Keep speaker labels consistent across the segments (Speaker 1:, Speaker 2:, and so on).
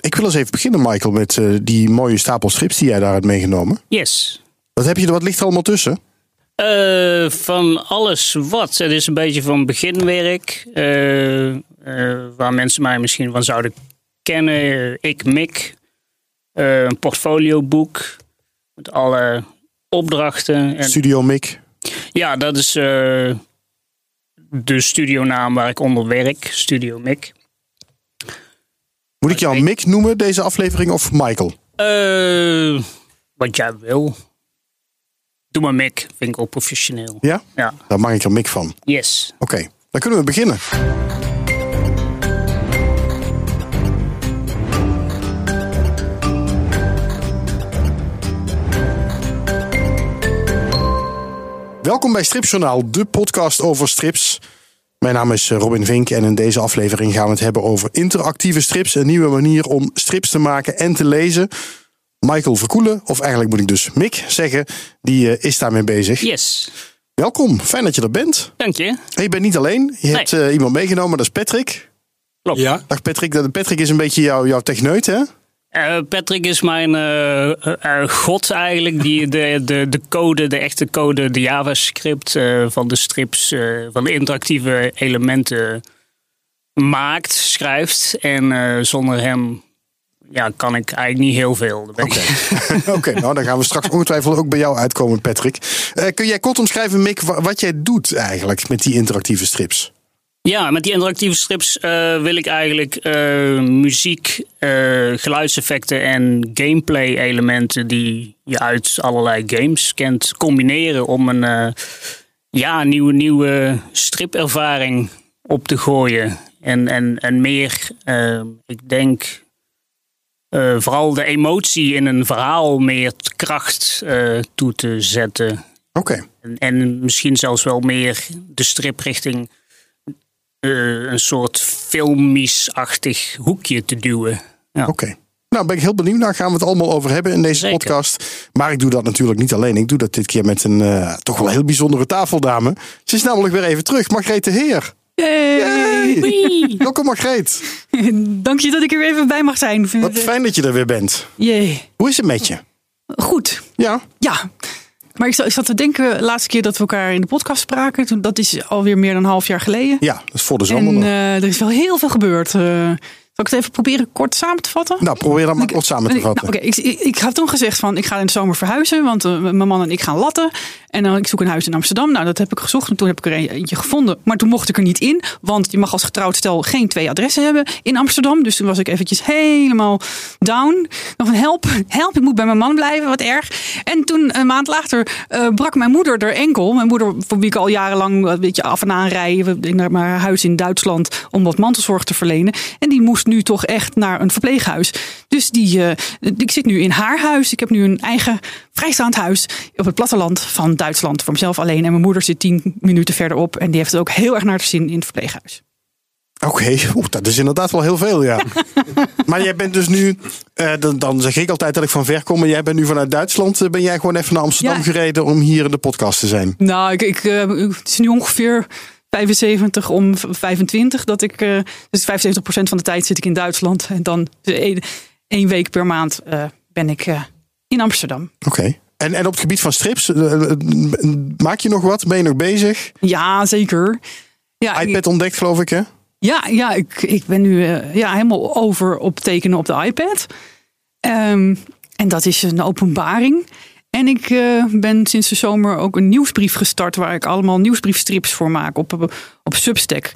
Speaker 1: Ik wil eens even beginnen, Michael, met die mooie stapel strips die jij daar hebt meegenomen.
Speaker 2: Yes.
Speaker 1: Wat ligt er allemaal tussen?
Speaker 2: Van alles wat. Het is een beetje van beginwerk. Waar mensen mij misschien van zouden kennen. Ik, Mick. Een portfolioboek. Met alle opdrachten.
Speaker 1: Studio Mick.
Speaker 2: Ja, dat is de studionaam waar ik onder werk. Studio Mick.
Speaker 1: Moet ik jou Mick noemen, deze aflevering, of Michael?
Speaker 2: Wat jij wil. Doe maar Mick, vind ik wel professioneel.
Speaker 1: Ja?
Speaker 2: Ja.
Speaker 1: Daar maak ik er Mick van.
Speaker 2: Yes.
Speaker 1: Oké, dan kunnen we beginnen. Welkom bij Stripjournaal, de podcast over strips. Mijn naam is Robin Vink en in deze aflevering gaan we het hebben over interactieve strips. Een nieuwe manier om strips te maken en te lezen. Michael Verkoelen, of eigenlijk moet ik dus Mick zeggen, die is daarmee bezig.
Speaker 2: Yes.
Speaker 1: Welkom, fijn dat je er bent.
Speaker 2: Dank je.
Speaker 1: En je bent niet alleen, je hebt iemand meegenomen, dat is Patrick.
Speaker 2: Klopt.
Speaker 1: Ja. Dag Patrick, Patrick is een beetje jouw techneut, hè?
Speaker 2: Patrick is mijn god eigenlijk, die de code, de echte code, de JavaScript van de strips, van de interactieve elementen maakt, schrijft. En zonder hem kan ik eigenlijk niet heel veel.
Speaker 1: Oké, nou dan gaan we straks ongetwijfeld ook bij jou uitkomen, Patrick. Kun jij kort omschrijven, Mick, wat jij doet eigenlijk met die interactieve strips?
Speaker 2: Ja, met die interactieve strips wil ik eigenlijk muziek, geluidseffecten en gameplay elementen die je uit allerlei games kent combineren om een nieuwe stripervaring op te gooien. En meer, ik denk, vooral de emotie in een verhaal meer kracht toe te zetten.
Speaker 1: Oké.
Speaker 2: En misschien zelfs wel meer de strip richting een soort filmisch-achtig hoekje te duwen. Ja.
Speaker 1: Oké. Nou, ben ik heel benieuwd. Daar gaan we het allemaal over hebben in deze podcast. Maar ik doe dat natuurlijk niet alleen. Ik doe dat dit keer met een toch wel heel bijzondere tafeldame. Ze is namelijk weer even terug. Margreet de Heer.
Speaker 3: Yay!
Speaker 1: Welkom Margreet.
Speaker 3: Dank je dat ik er weer even bij mag zijn.
Speaker 1: Wat fijn dat je er weer bent.
Speaker 3: Jee.
Speaker 1: Hoe is het met je?
Speaker 3: Goed.
Speaker 1: Ja.
Speaker 3: Ja. Maar ik zat te denken, de laatste keer dat we elkaar in de podcast spraken, dat is alweer meer dan een half jaar geleden.
Speaker 1: Ja, dat is voor de zomer.
Speaker 3: En er is wel heel veel gebeurd. Zal ik het even proberen kort samen te vatten?
Speaker 1: Nou, probeer dat maar kort samen te vatten.
Speaker 3: Nou, ik had toen gezegd van, ik ga in de zomer verhuizen, want mijn man en ik gaan latten. En dan ik zoek een huis in Amsterdam. Nou, dat heb ik gezocht en toen heb ik er eentje gevonden. Maar toen mocht ik er niet in, want je mag als getrouwd stel geen 2 adressen hebben in Amsterdam. Dus toen was ik eventjes helemaal down. Van help, ik moet bij mijn man blijven, wat erg. En toen een maand later brak mijn moeder haar enkel. Mijn moeder, voor wie ik al jarenlang een beetje af en aan rijd naar mijn huis in Duitsland om wat mantelzorg te verlenen. En die moest nu toch echt naar een verpleeghuis. Dus ik zit nu in haar huis. Ik heb nu een eigen vrijstaand huis op het platteland van Duitsland. Voor mezelf alleen. En mijn moeder zit 10 minuten verderop. En die heeft het ook heel erg naar de zin in het verpleeghuis.
Speaker 1: Oké, dat is inderdaad wel heel veel, ja. Maar jij bent dus nu, dan zeg ik altijd dat ik van ver kom. Maar jij bent nu vanuit Duitsland. Ben jij gewoon even naar Amsterdam gereden om hier in de podcast te zijn?
Speaker 3: Nou, het is nu ongeveer 75 om 25. Dus 75% van de tijd zit ik in Duitsland. En dan 1 week per maand ben ik in Amsterdam.
Speaker 1: Oké. En op het gebied van strips, maak je nog wat? Ben je nog bezig?
Speaker 3: Ja, zeker. Ja,
Speaker 1: iPad ontdekt, geloof ik, hè?
Speaker 3: Ja, ik ben nu helemaal over op tekenen op de iPad. En dat is een openbaring. En ik ben sinds de zomer ook een nieuwsbrief gestart waar ik allemaal nieuwsbriefstrips voor maak op Substack.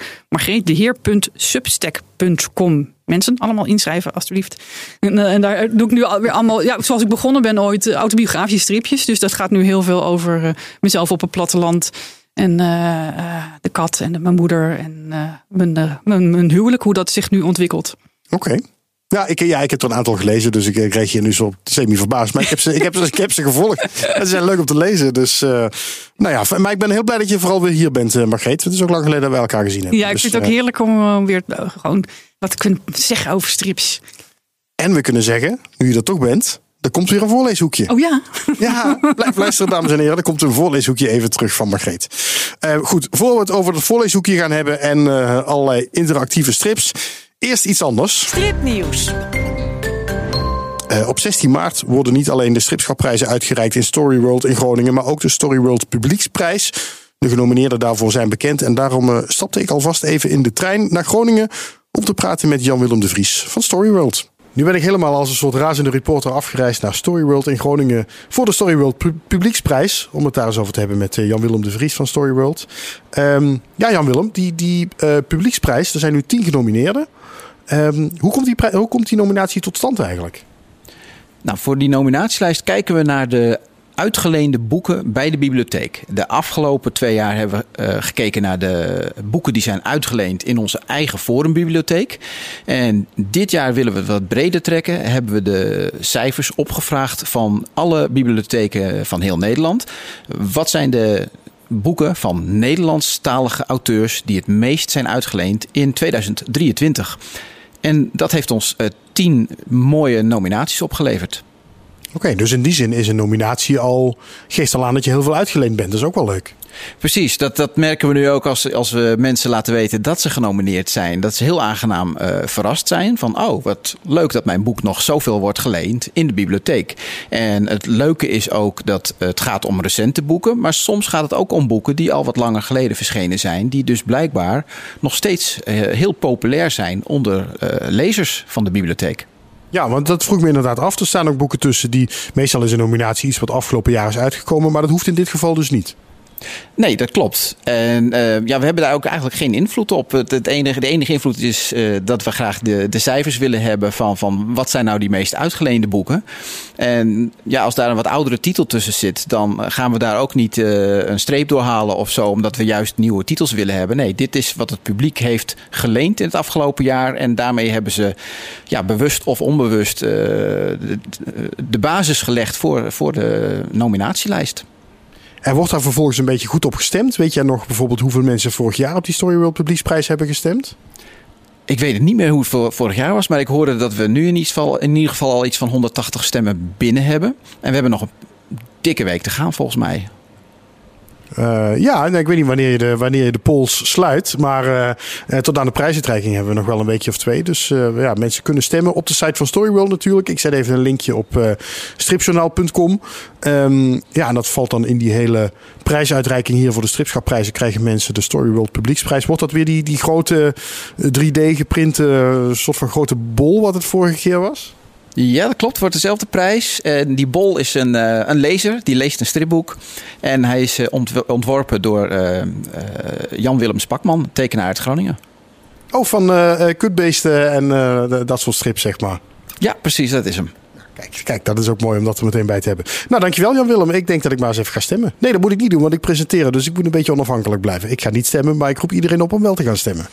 Speaker 3: margreetdeheer.substack.com. Mensen, allemaal inschrijven alstublieft. En daar doe ik nu alweer allemaal, zoals ik begonnen ben ooit, autobiografische stripjes. Dus dat gaat nu heel veel over mezelf op het platteland. En de kat en mijn moeder en mijn huwelijk, hoe dat zich nu ontwikkelt.
Speaker 1: Oké. Ja, ik heb er een aantal gelezen, dus ik kreeg je nu zo semi-verbaasd. Maar ik heb ze gevolgd. Het zijn leuk om te lezen. Dus, maar ik ben heel blij dat je vooral weer hier bent, Margreet. Het is ook lang geleden dat wij elkaar gezien hebben.
Speaker 3: Ja, ik vind het ook heerlijk om weer gewoon wat te kunnen zeggen over strips.
Speaker 1: En we kunnen zeggen, nu je er toch bent, er komt weer een voorleeshoekje.
Speaker 3: Oh ja?
Speaker 1: Ja, blijf luisteren, dames en heren. Er komt een voorleeshoekje even terug van Margreet. Goed, voor we het over het voorleeshoekje gaan hebben en allerlei interactieve strips. Eerst iets anders.
Speaker 4: Stripnieuws.
Speaker 1: Op 16 maart worden niet alleen de stripschapprijzen uitgereikt in Storyworld in Groningen, maar ook de Storyworld Publieksprijs. De genomineerden daarvoor zijn bekend en daarom stapte ik alvast even in de trein naar Groningen om te praten met Jan-Willem de Vries van Storyworld. Nu ben ik helemaal als een soort razende reporter afgereisd naar Storyworld in Groningen voor de Storyworld Publieksprijs. Om het daar eens over te hebben met Jan-Willem de Vries van Storyworld. Jan-Willem, die publieksprijs, er zijn nu 10 genomineerden. Hoe komt die nominatie tot stand eigenlijk?
Speaker 4: Nou, voor die nominatielijst kijken we naar de uitgeleende boeken bij de bibliotheek. De afgelopen 2 jaar hebben we gekeken naar de boeken die zijn uitgeleend in onze eigen forumbibliotheek. En dit jaar willen we het wat breder trekken. Hebben we de cijfers opgevraagd van alle bibliotheken van heel Nederland. Wat zijn de boeken van Nederlandstalige auteurs die het meest zijn uitgeleend in 2023? En dat heeft ons 10 mooie nominaties opgeleverd.
Speaker 1: Oké, dus in die zin is een nominatie geeft al aan dat je heel veel uitgeleend bent. Dat is ook wel leuk.
Speaker 4: Precies, dat merken we nu ook als we mensen laten weten dat ze genomineerd zijn. Dat ze heel aangenaam verrast zijn van wat leuk dat mijn boek nog zoveel wordt geleend in de bibliotheek. En het leuke is ook dat het gaat om recente boeken, maar soms gaat het ook om boeken die al wat langer geleden verschenen zijn. Die dus blijkbaar nog steeds heel populair zijn onder lezers van de bibliotheek.
Speaker 1: Ja, want dat vroeg me inderdaad af. Er staan ook boeken tussen die meestal is een nominatie iets wat afgelopen jaar is uitgekomen. Maar dat hoeft in dit geval dus niet.
Speaker 4: Nee, dat klopt. En we hebben daar ook eigenlijk geen invloed op. De enige invloed is dat we graag de cijfers willen hebben van wat zijn nou die meest uitgeleende boeken. En ja, als daar een wat oudere titel tussen zit, dan gaan we daar ook niet een streep doorhalen of zo, omdat we juist nieuwe titels willen hebben. Nee, dit is wat het publiek heeft geleend in het afgelopen jaar. En daarmee hebben ze bewust of onbewust de basis gelegd voor de nominatielijst.
Speaker 1: En wordt daar vervolgens een beetje goed op gestemd? Weet jij nog bijvoorbeeld hoeveel mensen vorig jaar op die Storyworld Publieksprijs hebben gestemd?
Speaker 4: Ik weet het niet meer hoe het vorig jaar was, maar ik hoorde dat we nu in ieder geval al iets van 180 stemmen binnen hebben. En we hebben nog een dikke week te gaan volgens mij.
Speaker 1: Ik weet niet wanneer je de polls sluit. Maar tot aan de prijsuitreiking hebben we nog wel een weekje of 2. Dus mensen kunnen stemmen op de site van Storyworld natuurlijk. Ik zet even een linkje op stripjournaal.com. En dat valt dan in die hele prijsuitreiking hier voor de stripschapprijzen. Krijgen mensen de Storyworld Publieksprijs. Wordt dat weer die grote 3D geprinte soort van grote bol wat het vorige keer was?
Speaker 4: Ja, dat klopt. Wordt dezelfde prijs. Die bol is een lezer. Die leest een stripboek. En hij is ontworpen door Jan-Willem Spakman, tekenaar uit Groningen.
Speaker 1: Oh, van Kutbeesten en dat soort strips, zeg maar.
Speaker 4: Ja, precies. Dat is hem.
Speaker 1: Kijk, dat is ook mooi om dat er meteen bij te hebben. Nou, dankjewel Jan-Willem. Ik denk dat ik maar eens even ga stemmen. Nee, dat moet ik niet doen, want ik presenteer. Dus ik moet een beetje onafhankelijk blijven. Ik ga niet stemmen, maar ik roep iedereen op om wel te gaan stemmen.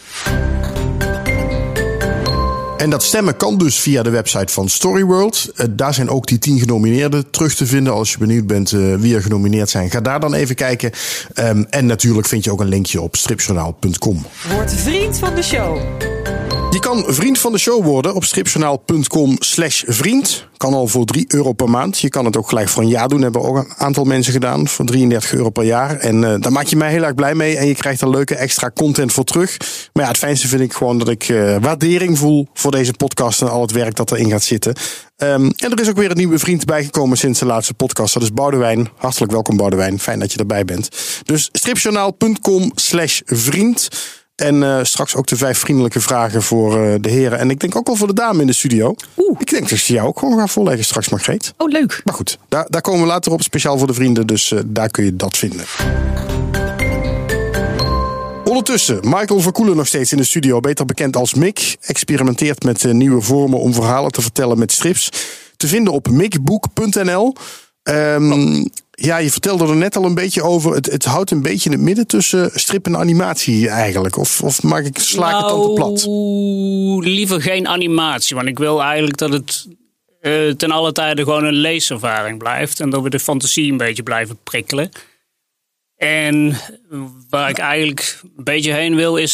Speaker 1: En dat stemmen kan dus via de website van Storyworld. Daar zijn ook die 10 genomineerden terug te vinden. Als je benieuwd bent wie er genomineerd zijn, ga daar dan even kijken. En natuurlijk vind je ook een linkje op stripjournaal.com.
Speaker 5: Word vriend van de show.
Speaker 1: Je kan vriend van de show worden op stripjournaal.com/vriend. Kan al voor €3 per maand. Je kan het ook gelijk voor een jaar doen. Hebben ook een aantal mensen gedaan. Voor €33 per jaar. En daar maak je mij heel erg blij mee. En je krijgt er leuke extra content voor terug. Maar ja, het fijnste vind ik gewoon dat ik waardering voel voor deze podcast en al het werk dat erin gaat zitten. En er is ook weer een nieuwe vriend bijgekomen sinds de laatste podcast. Dat is Boudewijn. Hartelijk welkom Boudewijn. Fijn dat je erbij bent. Dus stripjournaal.com/vriend. En straks ook de 5 vriendelijke vragen voor de heren. En ik denk ook wel voor de dame in de studio. Ik denk dat ze jou ook gewoon gaan voorleggen straks, Margreet.
Speaker 3: Oh, leuk.
Speaker 1: Maar goed, daar komen we later op. Speciaal voor de vrienden. Dus daar kun je dat vinden. Ondertussen, Michael Verkoelen nog steeds in de studio. Beter bekend als Mick. Experimenteert met nieuwe vormen om verhalen te vertellen met strips. Te vinden op mickboek.nl. Ja, je vertelde er net al een beetje over. Het houdt een beetje in het midden tussen strip en animatie eigenlijk. Of sla ik het dan te plat?
Speaker 2: Liever geen animatie. Want ik wil eigenlijk dat het ten alle tijde gewoon een leeservaring blijft. En dat we de fantasie een beetje blijven prikkelen. En waar ik eigenlijk een beetje heen wil is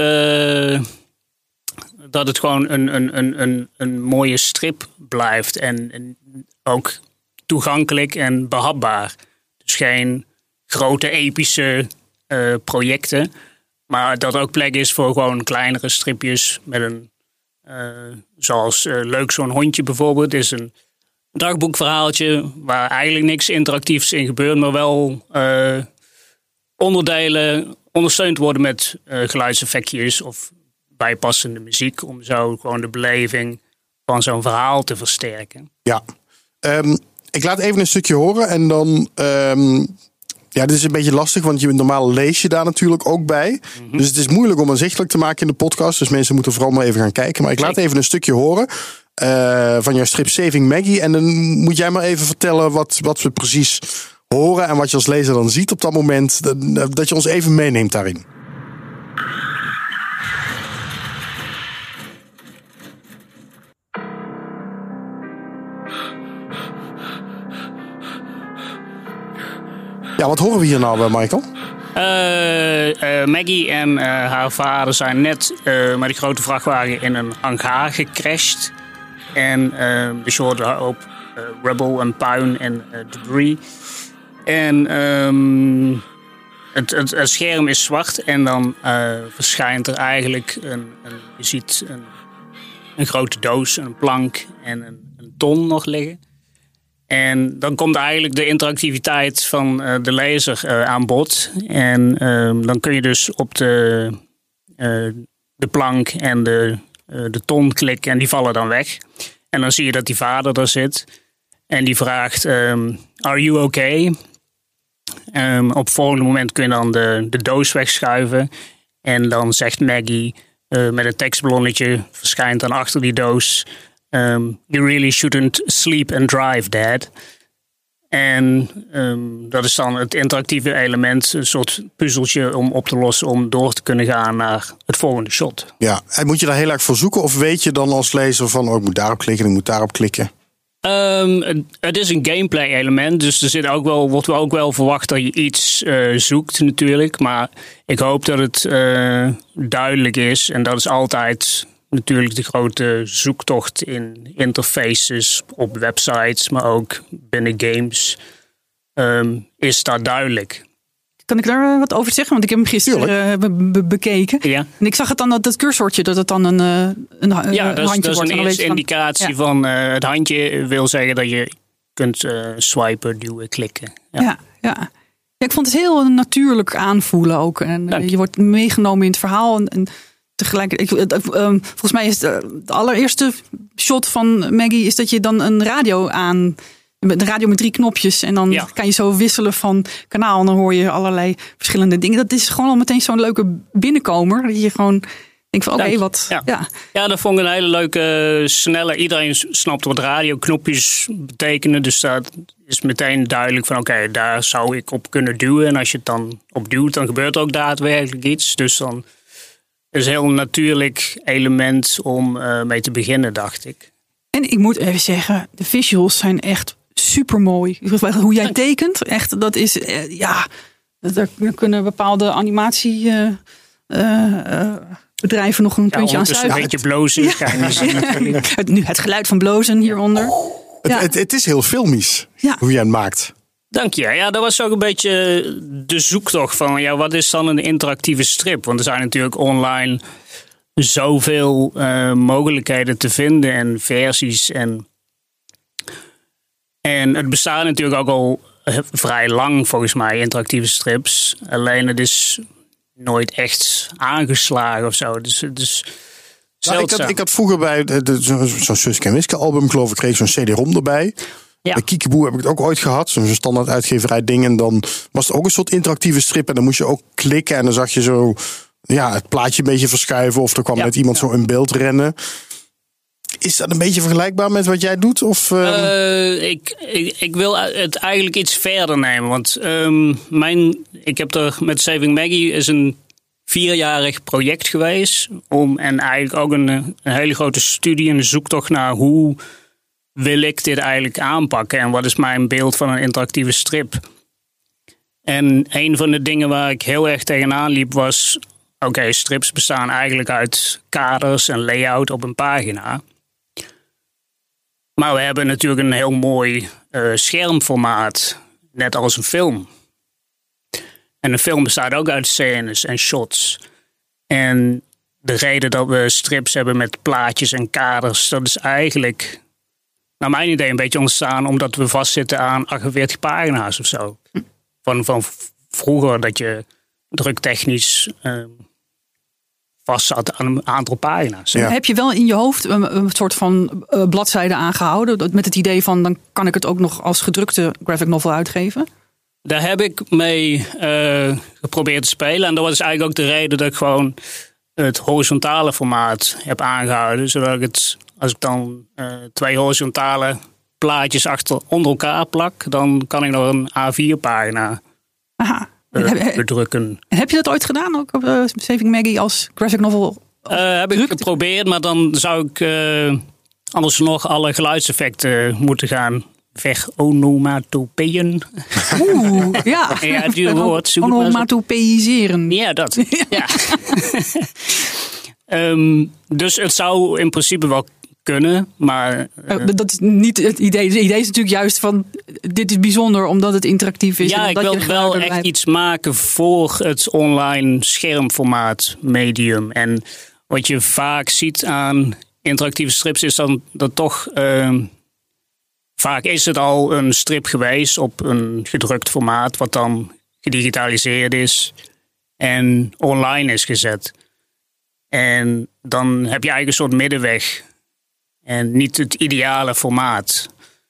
Speaker 2: dat het gewoon een mooie strip blijft. En ook toegankelijk en behapbaar. Dus geen grote epische projecten. Maar dat er ook plek is voor gewoon kleinere stripjes. Met zoals Leuk zo'n hondje bijvoorbeeld. Is een dagboekverhaaltje waar eigenlijk niks interactiefs in gebeurt, maar wel onderdelen ondersteund worden met geluidseffectjes of bijpassende muziek om zo gewoon de beleving van zo'n verhaal te versterken.
Speaker 1: Ja, ik laat even een stukje horen en dan... dit is een beetje lastig, want normaal lees je daar natuurlijk ook bij. Mm-hmm. Dus het is moeilijk om inzichtelijk te maken in de podcast. Dus mensen moeten vooral maar even gaan kijken. Maar ik laat even een stukje horen van jouw strip Saving Maggie. En dan moet jij maar even vertellen wat we precies horen en wat je als lezer dan ziet op dat moment. Dat je ons even meeneemt daarin. Ja, wat horen we hier nou, Michael?
Speaker 2: Maggie en haar vader zijn net met een grote vrachtwagen in een hangar gecrashed. En dus je hoort een hoop rubble en puin en debris. En het scherm is zwart en dan verschijnt er eigenlijk je ziet een grote doos, een plank en een ton nog liggen. En dan komt eigenlijk de interactiviteit van de lezer aan bod. En dan kun je dus op de plank en de ton klikken en die vallen dan weg. En dan zie je dat die vader er zit. En die vraagt, are you okay? Op het volgende moment kun je dan de doos wegschuiven. En dan zegt Maggie met een tekstballonnetje, verschijnt dan achter die doos... you really shouldn't sleep and drive, Dad. En dat is dan het interactieve element, een soort puzzeltje om op te lossen om door te kunnen gaan naar het volgende shot.
Speaker 1: Ja, en moet je daar heel erg voor zoeken of weet je dan als lezer van ik moet daarop klikken, ik moet daarop klikken?
Speaker 2: Het is een gameplay element, dus wordt ook wel verwacht dat je iets zoekt natuurlijk. Maar ik hoop dat het duidelijk is en dat is altijd... Natuurlijk de grote zoektocht in interfaces op websites, maar ook binnen games is daar duidelijk.
Speaker 3: Kan ik daar wat over zeggen? Want ik heb hem gisteren bekeken.
Speaker 2: Ja.
Speaker 3: En ik zag het dan dat cursortje, dat het dan een handje wordt.
Speaker 2: Dat is een eerste indicatie van het handje wil zeggen dat je kunt swipen, duwen, klikken.
Speaker 3: Ja, ik vond het heel natuurlijk aanvoelen ook. En je wordt meegenomen in het verhaal en tegelijk, volgens mij is de allereerste shot van Maggie is dat je dan een radio met een radio met 3 knopjes en dan kan je zo wisselen van kanaal en dan hoor je allerlei verschillende dingen. Dat is gewoon al meteen zo'n leuke binnenkomer. Dat je gewoon denkt van oké, wat.
Speaker 2: Ja, dat vond ik een hele leuke, snelle. Iedereen snapt wat radioknopjes betekenen. Dus dat is meteen duidelijk van oké, daar zou ik op kunnen duwen. En als je het dan op duwt, dan gebeurt er ook daadwerkelijk iets. Dus dan is een heel natuurlijk element om mee te beginnen, dacht ik. En
Speaker 3: ik moet even zeggen, de visuals zijn echt super mooi. Hoe jij tekent, echt, dat is daar kunnen bepaalde animatiebedrijven nog een puntje aan sluiten.
Speaker 2: Een beetje blozen.
Speaker 3: Nu het geluid van blozen hieronder.
Speaker 1: Het is heel filmisch hoe jij het maakt.
Speaker 2: Dank je. Ja, dat was ook een beetje de zoektocht van wat is dan een interactieve strip? Want er zijn natuurlijk online zoveel mogelijkheden te vinden en versies. En het bestaat natuurlijk ook al vrij lang volgens mij, interactieve strips. Alleen het is nooit echt aangeslagen of zo. Dus
Speaker 1: ik had vroeger bij zo'n Suske en Wiske album, geloof ik, kreeg zo'n CD-ROM erbij. Ja. Bij Kiekeboe heb ik het ook ooit gehad. Zo'n standaard uitgeverij ding. En dan was het ook een soort interactieve strip. En dan moest je ook klikken. En dan zag je zo het plaatje een beetje verschuiven. Of er kwam net iemand zo in beeld rennen. Is dat een beetje vergelijkbaar met wat jij doet? Of,
Speaker 2: Ik wil het eigenlijk iets verder nemen. Want ik heb er met Saving Maggie is een 4-jarig project geweest. En eigenlijk ook een hele grote studie. Een zoektocht naar hoe wil ik dit eigenlijk aanpakken? En wat is mijn beeld van een interactieve strip? En een van de dingen waar ik heel erg tegenaan liep was... Oké, strips bestaan eigenlijk uit kaders en layout op een pagina. Maar we hebben natuurlijk een heel mooi schermformaat. Net als een film. En een film bestaat ook uit scènes en shots. En de reden dat we strips hebben met plaatjes en kaders... dat is eigenlijk... naar mijn idee een beetje ontstaan omdat we vastzitten aan 48 pagina's of zo. Van vroeger dat je druktechnisch vast zat aan een aantal pagina's.
Speaker 1: Ja.
Speaker 3: Heb je wel in je hoofd een soort van bladzijde aangehouden? Met het idee van, dan kan ik het ook nog als gedrukte graphic novel uitgeven? Daar
Speaker 2: heb ik mee geprobeerd te spelen. En dat was eigenlijk ook de reden dat ik gewoon het horizontale formaat heb aangehouden. Zodat ik het, als ik dan 2 horizontale plaatjes onder elkaar plak, dan kan ik nog een A4-pagina bedrukken.
Speaker 3: Heb je dat ooit gedaan, ook op Saving Maggie als graphic novel?
Speaker 2: Heb ik geprobeerd, maar dan zou ik anders nog alle geluidseffecten moeten gaan onomatopeën.
Speaker 3: Ja.
Speaker 2: Ja, het duur woord.
Speaker 3: Onomatopeïseren.
Speaker 2: Ja, dat. Ja. Dus het zou in principe wel kunnen, maar
Speaker 3: dat is niet het idee. Het idee is natuurlijk juist van, dit is bijzonder omdat het interactief is.
Speaker 2: Ja, ik wil wel echt iets maken voor het online schermformaat medium. En wat je vaak ziet aan interactieve strips is dan dat toch vaak is het al een strip geweest op een gedrukt formaat, wat dan gedigitaliseerd is en online is gezet. En dan heb je eigenlijk een soort middenweg. En niet het ideale formaat.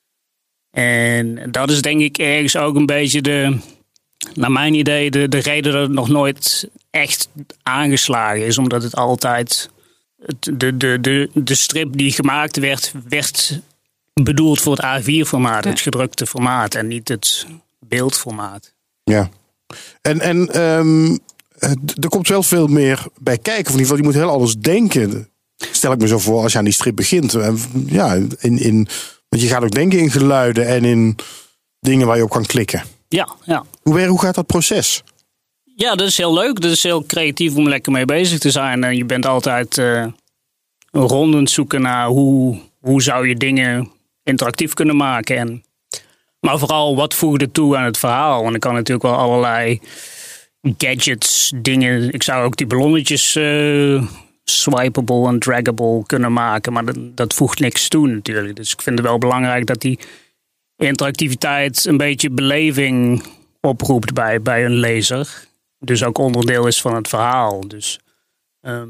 Speaker 2: En dat is denk ik ergens ook een beetje naar mijn idee, de reden dat het nog nooit echt aangeslagen is. Omdat het altijd, de strip die gemaakt werd bedoeld voor het A4-formaat, het gedrukte formaat en niet het beeldformaat.
Speaker 1: Ja. En er komt wel veel meer bij kijken. Of in ieder geval, je moet heel anders denken. Stel ik me zo voor als je aan die strip begint. Ja, want je gaat ook denken in geluiden en in dingen waar je op kan klikken.
Speaker 2: Ja.
Speaker 1: Hoe gaat dat proces?
Speaker 2: Ja, dat is heel leuk. Dat is heel creatief om lekker mee bezig te zijn. En je bent altijd rondend zoeken naar hoe zou je dingen interactief kunnen maken. Maar vooral, wat voegt het toe aan het verhaal? Want ik kan natuurlijk wel allerlei gadgets, dingen. Ik zou ook die ballonnetjes swipeable en draggable kunnen maken. Maar dat voegt niks toe natuurlijk. Dus ik vind het wel belangrijk dat die interactiviteit een beetje beleving oproept bij een lezer. Dus ook onderdeel is van het verhaal. Dus er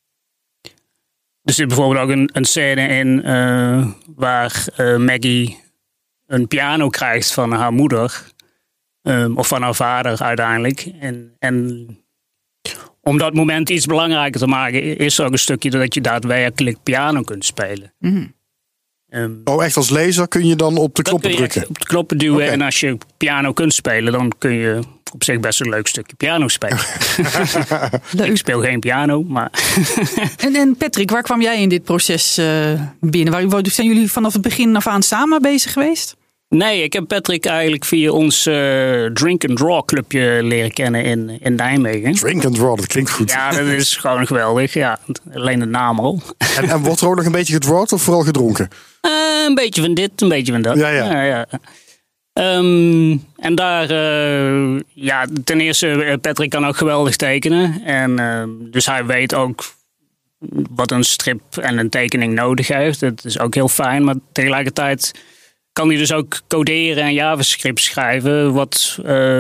Speaker 2: zit bijvoorbeeld ook een scène in waar Maggie een piano krijgt van haar moeder. Of van haar vader uiteindelijk. En om dat moment iets belangrijker te maken, is er ook een stukje dat je daadwerkelijk piano kunt spelen.
Speaker 3: Mm-hmm.
Speaker 1: Echt als lezer kun je dan op de knoppen drukken?
Speaker 2: Op de knoppen duwen. Okay. En als je piano kunt spelen, dan kun je op zich best een leuk stukje piano spelen. Leuk. Ik speel geen piano, maar...
Speaker 3: En Patrick, waar kwam jij in dit proces binnen? Zijn jullie vanaf het begin af aan samen bezig geweest?
Speaker 2: Nee, ik heb Patrick eigenlijk via ons Drink and Draw clubje leren kennen in Nijmegen.
Speaker 1: Drink and Draw, dat klinkt goed.
Speaker 2: Ja, dat is gewoon geweldig. Ja, alleen de naam al.
Speaker 1: En wordt er ook nog een beetje gedrawd of vooral gedronken?
Speaker 2: Een beetje van dit, een beetje van dat.
Speaker 1: Ja.
Speaker 2: En daar, ten eerste, Patrick kan ook geweldig tekenen. En dus hij weet ook wat een strip en een tekening nodig heeft. Dat is ook heel fijn, maar tegelijkertijd kan hij dus ook coderen en JavaScript schrijven. Wat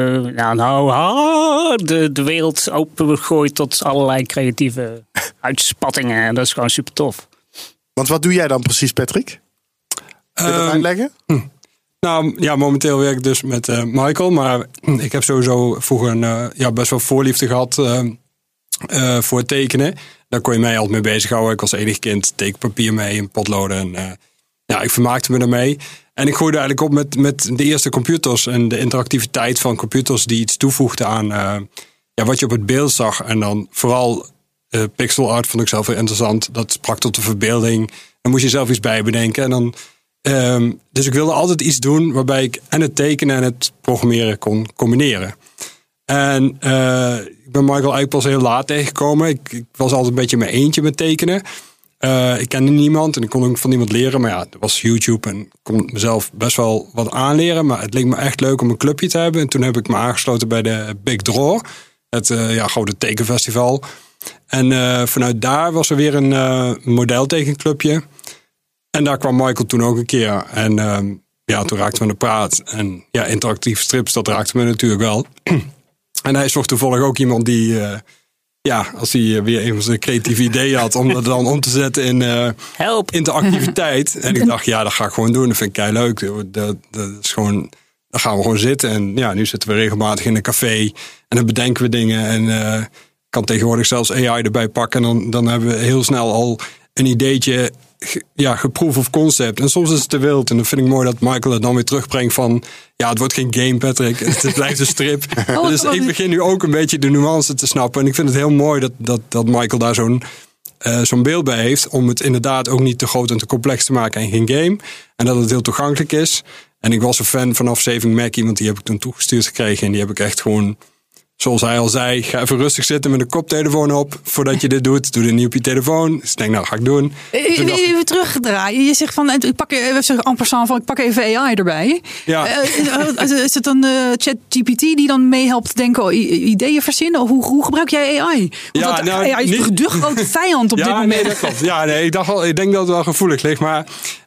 Speaker 2: de wereld opengooit tot allerlei creatieve uitspattingen. En dat is gewoon super tof.
Speaker 1: Want wat doe jij dan precies, Patrick? Kun je dat uitleggen?
Speaker 6: Nou ja, momenteel werk ik dus met Michael. Maar ik heb sowieso vroeger best wel voorliefde gehad voor het tekenen. Daar kon je mij altijd mee bezighouden. Ik was enig kind, tekenpapier mee en potloden. En ik vermaakte me daarmee. En ik groeide eigenlijk op met de eerste computers en de interactiviteit van computers die iets toevoegden aan wat je op het beeld zag. En dan vooral pixel art vond ik zelf heel interessant. Dat sprak tot de verbeelding. Dan moest je zelf iets bij bedenken. En dan, dus ik wilde altijd iets doen waarbij ik en het tekenen en het programmeren kon combineren. En ik ben Michael eigenlijk pas heel laat tegengekomen. Ik was altijd een beetje in mijn eentje met tekenen. Ik kende niemand en ik kon ook van niemand leren. Maar ja, er was YouTube en ik kon mezelf best wel wat aanleren. Maar het leek me echt leuk om een clubje te hebben. En toen heb ik me aangesloten bij de Big Draw. Het grote tekenfestival. En vanuit daar was er weer een modeltekenclubje. En daar kwam Michael toen ook een keer. En toen raakten we aan de praat. En ja, interactieve strips, dat raakte me natuurlijk wel. En hij zocht toevallig ook iemand die... als hij weer een van zijn creatieve ideeën had... om dat dan om te zetten in interactiviteit. En ik dacht, dat ga ik gewoon doen. Dat vind ik keileuk. Dat is gewoon... Dan gaan we gewoon zitten. En ja, nu zitten we regelmatig in een café. En dan bedenken we dingen. En kan tegenwoordig zelfs AI erbij pakken. En dan hebben we heel snel al een ideetje... geproof of concept. En soms is het te wild. En dan vind ik mooi dat Michael het dan weer terugbrengt van... Ja, het wordt geen game, Patrick. Het blijft een strip. Dus ik begin nu ook een beetje de nuance te snappen. En ik vind het heel mooi dat Michael daar zo'n beeld bij heeft... om het inderdaad ook niet te groot en te complex te maken en geen game. En dat het heel toegankelijk is. En ik was een fan vanaf Saving Mackie, want die heb ik toen toegestuurd gekregen. En die heb ik echt gewoon... Zoals hij al zei, ga even rustig zitten met een koptelefoon op voordat je dit doet. Doe dit niet op je telefoon. Dus ik denk, dat ga ik doen.
Speaker 3: Even terugdraaien. Je zegt van, ik pak even AI erbij.
Speaker 6: Ja.
Speaker 3: Is het dan ChatGPT die dan meehelpt denken, ideeën verzinnen? Of hoe gebruik jij AI? Want AI is toch de grote vijand op dit moment?
Speaker 6: Nee, dat klopt. Ja, nee, ik denk dat het wel gevoelig ligt. Maar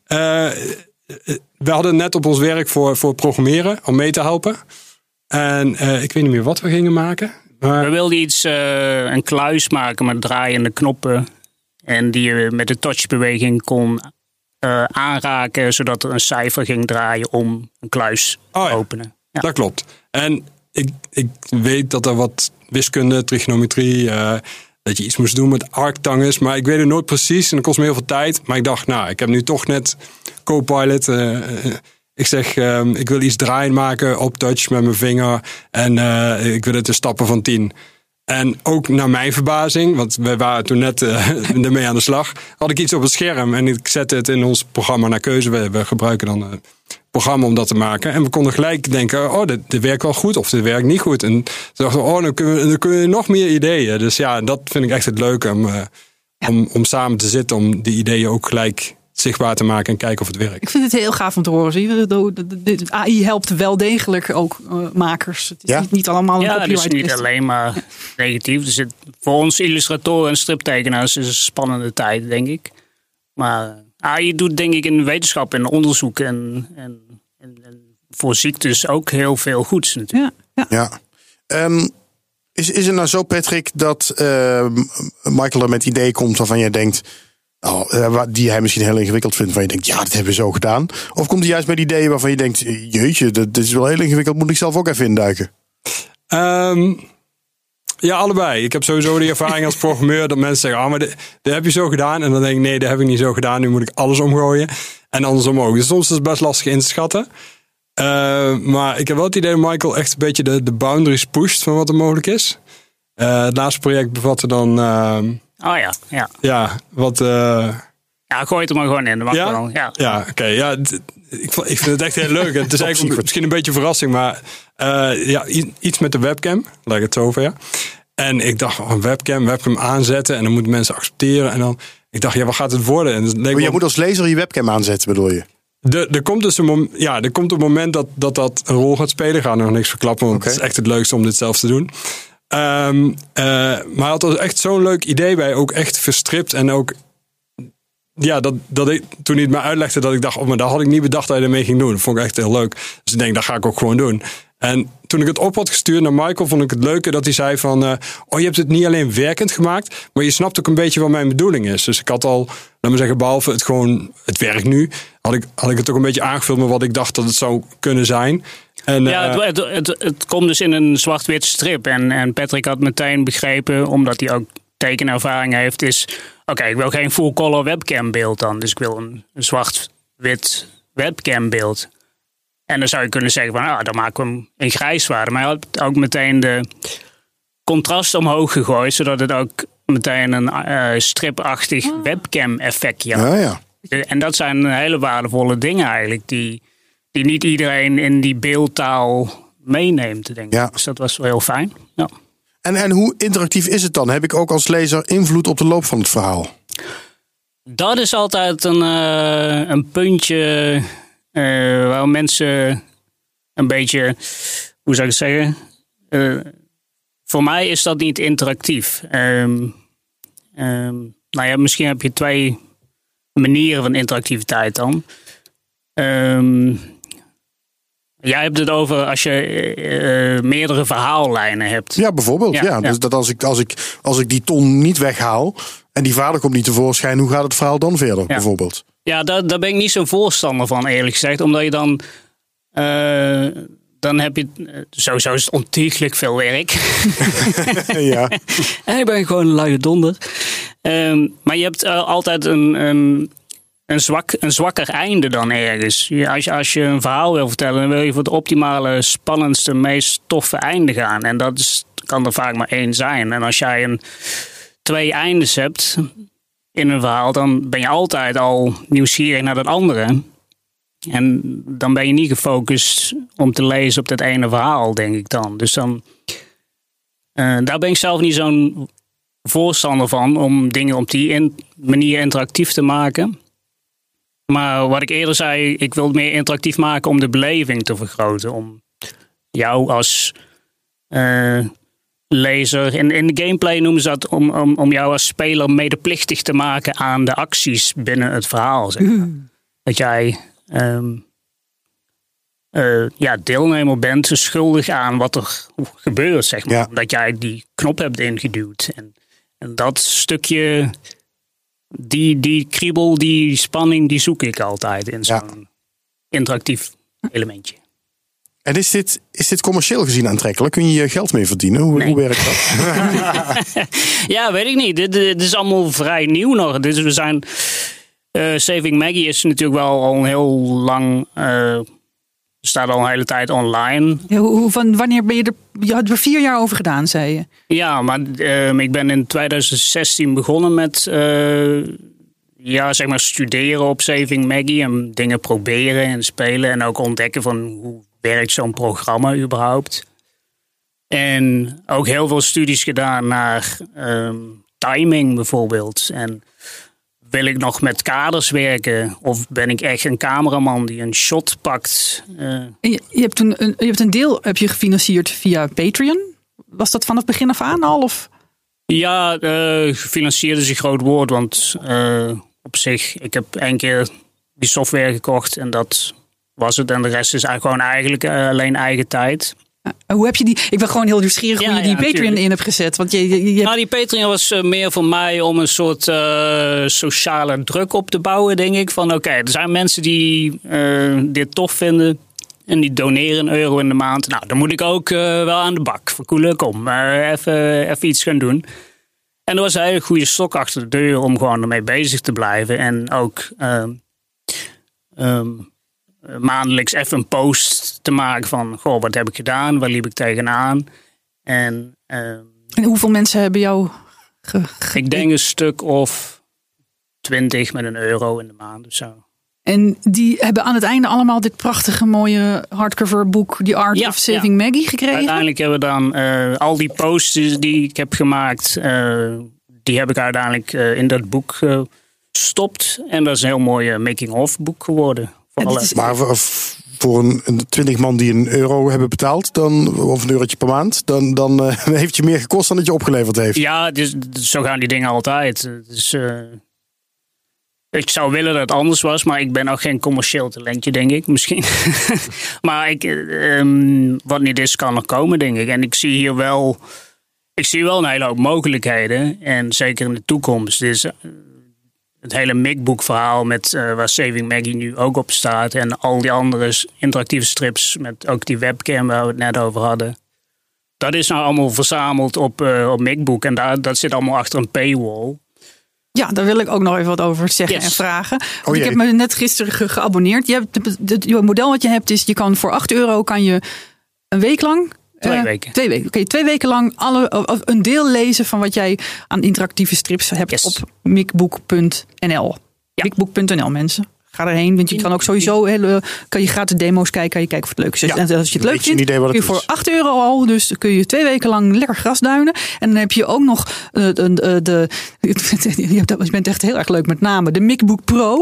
Speaker 6: we hadden net op ons werk voor programmeren om mee te helpen. En ik weet niet meer wat we gingen maken. Maar...
Speaker 2: We wilden een kluis maken met draaiende knoppen. En die je met de touchbeweging kon aanraken. Zodat er een cijfer ging draaien om een kluis te openen. Ja.
Speaker 6: Dat klopt. En ik weet dat er wat wiskunde, trigonometrie... dat je iets moest doen met arctang is. Maar ik weet het nooit precies. En dat kost me heel veel tijd. Maar ik dacht, ik heb nu toch net Copilot... Ik zeg, ik wil iets draaien maken op touch met mijn vinger. En ik wil het in stappen van 10. En ook naar mijn verbazing, want wij waren toen net ermee aan de slag. Had ik iets op het scherm en ik zette het in ons programma naar keuze. We gebruiken dan een programma om dat te maken. En we konden gelijk denken, dit werkt wel goed of dit werkt niet goed. En toen dachten we, dan kunnen we nog meer ideeën. Dus ja, dat vind ik echt het leuke om samen te zitten. Om die ideeën ook gelijk... zichtbaar te maken en kijken of het werkt.
Speaker 3: Ik vind het heel gaaf om te horen. Zie je? De AI helpt wel degelijk ook makers. Het is niet allemaal een copyright.
Speaker 2: Ja, het is niet alleen maar negatief. Dus voor ons illustratoren en striptekenaars is het een spannende tijd, denk ik. Maar AI doet denk ik in wetenschap en onderzoek en voor ziektes ook heel veel goeds natuurlijk.
Speaker 1: Ja. Is het nou zo, Patrick, dat Michael er met ideeën komt waarvan jij denkt... die hij misschien heel ingewikkeld vindt. Van je denkt, dat hebben we zo gedaan. Of komt hij juist met ideeën waarvan je denkt... jeetje, dit is wel heel ingewikkeld. Moet ik zelf ook even induiken?
Speaker 6: Ja, allebei. Ik heb sowieso die ervaring als programmeur... dat mensen zeggen, maar dat heb je zo gedaan. En dan denk ik, nee, dat heb ik niet zo gedaan. Nu moet ik alles omgooien. En andersom ook. Dus soms is het best lastig in te schatten. Maar ik heb wel het idee dat Michael echt een beetje de boundaries pusht... van wat er mogelijk is. Het laatste project bevatte dan...
Speaker 2: Ja.
Speaker 6: Ja, wat...
Speaker 2: Ja, gooi het er maar gewoon in. Dat mag wel.
Speaker 6: Ja, oké. Ja, ik vind het echt heel leuk. Het is eigenlijk misschien een beetje een verrassing, maar iets met de webcam. Laat ik het zo over, ja. En ik dacht, een webcam aanzetten en dan moeten mensen accepteren. En dan, ik dacht, wat gaat het worden? En
Speaker 1: je moet als lezer je webcam aanzetten, bedoel je?
Speaker 6: Er komt dus een moment dat een rol gaat spelen. Ik ga nog niks verklappen, want het is echt het leukste om dit zelf te doen. Maar hij had er echt zo'n leuk idee bij. Ook echt verstript. En ook dat ik, toen hij het mij uitlegde, dat ik dacht, maar dat had ik niet bedacht dat hij ermee ging doen. Dat vond ik echt heel leuk. Dus ik denk, dat ga ik ook gewoon doen. En toen ik het op had gestuurd naar Michael, vond ik het leuke dat hij zei van... je hebt het niet alleen werkend gemaakt, maar je snapt ook een beetje wat mijn bedoeling is. Dus ik had al, laat me zeggen, behalve het werk nu, had ik het ook een beetje aangevuld met wat ik dacht dat het zou kunnen zijn. En,
Speaker 2: het komt dus in een zwart-wit strip. En Patrick had meteen begrepen, omdat hij ook tekenervaring heeft, is... Oké, ik wil geen full-color webcam beeld dan. Dus ik wil een zwart-wit webcam beeld. En dan zou je kunnen zeggen van, dan maken we hem in grijswaarde. Maar hij had ook meteen de contrast omhoog gegooid, zodat het ook meteen een stripachtig webcam effectje had.
Speaker 1: Ja.
Speaker 2: En dat zijn hele waardevolle dingen eigenlijk, die niet iedereen in die beeldtaal meeneemt, denk ik. Ja. Dus dat was wel heel fijn. Ja.
Speaker 1: En hoe interactief is het dan? Heb ik ook als lezer invloed op de loop van het verhaal?
Speaker 2: Dat is altijd een puntje waar mensen een beetje, hoe zou ik het zeggen? Voor mij is dat niet interactief. Misschien heb je twee manieren van interactiviteit dan. Jij hebt het over als je meerdere verhaallijnen hebt.
Speaker 1: Ja, bijvoorbeeld. Ja. Dus dat als ik die ton niet weghaal en die vader komt niet tevoorschijn, hoe gaat het verhaal dan verder, bijvoorbeeld? Ja,
Speaker 2: daar ben ik niet zo'n voorstander van, eerlijk gezegd. Omdat je dan heb je sowieso is het ontiegelijk veel werk.
Speaker 1: Ja.
Speaker 2: En ik ben gewoon een luie donder. Maar je hebt altijd een zwakker einde dan ergens. Als je een verhaal wil vertellen, dan wil je voor het optimale, spannendste, meest toffe einde gaan. En dat kan er vaak maar één zijn. En als jij 2 eindes hebt in een verhaal, dan ben je altijd al nieuwsgierig naar dat andere. En dan ben je niet gefocust om te lezen op dat ene verhaal, denk ik dan. Dus dan, daar ben ik zelf niet zo'n voorstander van, om dingen op die manier interactief te maken. Maar wat ik eerder zei, ik wil het meer interactief maken om de beleving te vergroten. Om jou als lezer, in de gameplay noemen ze dat, om jou als speler medeplichtig te maken aan de acties binnen het verhaal. Zeg maar. Dat jij deelnemer bent, schuldig aan wat er gebeurt, zeg maar. Ja. Dat jij die knop hebt ingeduwd. En dat stukje, die kriebel, die spanning, die zoek ik altijd in zo'n interactief elementje.
Speaker 1: En is dit commercieel gezien aantrekkelijk? Kun je hier geld mee verdienen? Hoe werkt dat?
Speaker 2: Ja, weet ik niet. Dit is allemaal vrij nieuw nog. Dus we zijn... Saving Maggie is natuurlijk wel al heel lang... staat al een hele tijd online.
Speaker 3: Ja, wanneer ben je er... Je had er 4 jaar over gedaan, zei je.
Speaker 2: Ja, maar ik ben in 2016 begonnen met... zeg maar studeren op Saving Maggie. En dingen proberen en spelen. En ook ontdekken van hoe werkt zo'n programma überhaupt. En ook heel veel studies gedaan naar timing bijvoorbeeld. En wil ik nog met kaders werken? Of ben ik echt een cameraman die een shot pakt?
Speaker 3: Je hebt een deel gefinancierd via Patreon. Was dat vanaf begin af aan al? Of?
Speaker 2: Ja, gefinancierd is een groot woord. Want op zich, ik heb 1 keer die software gekocht en dat was het. En de rest is eigenlijk alleen eigen tijd.
Speaker 3: Hoe heb je die? Ik ben gewoon heel nieuwsgierig hoe je die Patreon natuurlijk in hebt gezet. Want
Speaker 2: die Patreon was meer voor mij om een soort sociale druk op te bouwen, denk ik. Van oké, er zijn mensen die dit tof vinden en die doneren €1 in de maand. Nou, dan moet ik ook wel aan de bak. Verkoelen, kom, even iets gaan doen. En er was een hele goede stok achter de deur om gewoon ermee bezig te blijven. En ook maandelijks even een post te maken van... Goh, wat heb ik gedaan? Waar liep ik tegenaan? En
Speaker 3: hoeveel mensen hebben jou...
Speaker 2: Ik denk een stuk of 20 met €1 in de maand of zo.
Speaker 3: En die hebben aan het einde allemaal dit prachtige mooie hardcover boek... The Art of Saving Maggie gekregen?
Speaker 2: Uiteindelijk hebben we dan al die posts die ik heb gemaakt... die heb ik uiteindelijk in dat boek gestopt. En dat is een heel mooi making-of boek geworden.
Speaker 1: Maar voor een 20 man die €1 hebben betaald, dan, of €1 per maand, dan heeft je meer gekost dan dat je opgeleverd heeft.
Speaker 2: Ja, dus, zo gaan die dingen altijd. Dus, ik zou willen dat het anders was, maar ik ben ook geen commercieel talentje, denk ik, misschien. Maar wat niet is, kan nog komen, denk ik. En ik zie hier wel een hele hoop mogelijkheden. En zeker in de toekomst. Dus het hele Micbook verhaal met waar Saving Maggie nu ook op staat. En al die andere interactieve strips met ook die webcam waar we het net over hadden. Dat is nou allemaal verzameld op Micbook. En dat zit allemaal achter een paywall.
Speaker 3: Ja, daar wil ik ook nog even wat over zeggen en vragen. Want ik heb me net gisteren geabonneerd. Je model wat je hebt is, je kan voor €8 kan je een week lang...
Speaker 2: 2 weken.
Speaker 3: 2 weken. Oké, 2 weken lang een deel lezen van wat jij aan interactieve strips hebt op micbook.nl. Ja. Micbook.nl, mensen. ga erheen. Want je kan ook sowieso kan je gratis demo's kijken. Kan je kijken of het leuk is.
Speaker 1: Ja,
Speaker 3: En als je het leuk vindt,
Speaker 1: idee wat
Speaker 3: kun je
Speaker 1: het
Speaker 3: voor
Speaker 1: is.
Speaker 3: €8 al. Dus kun je 2 weken lang lekker grasduinen. En dan heb je ook nog je bent echt heel erg leuk met namen. De MacBook Pro.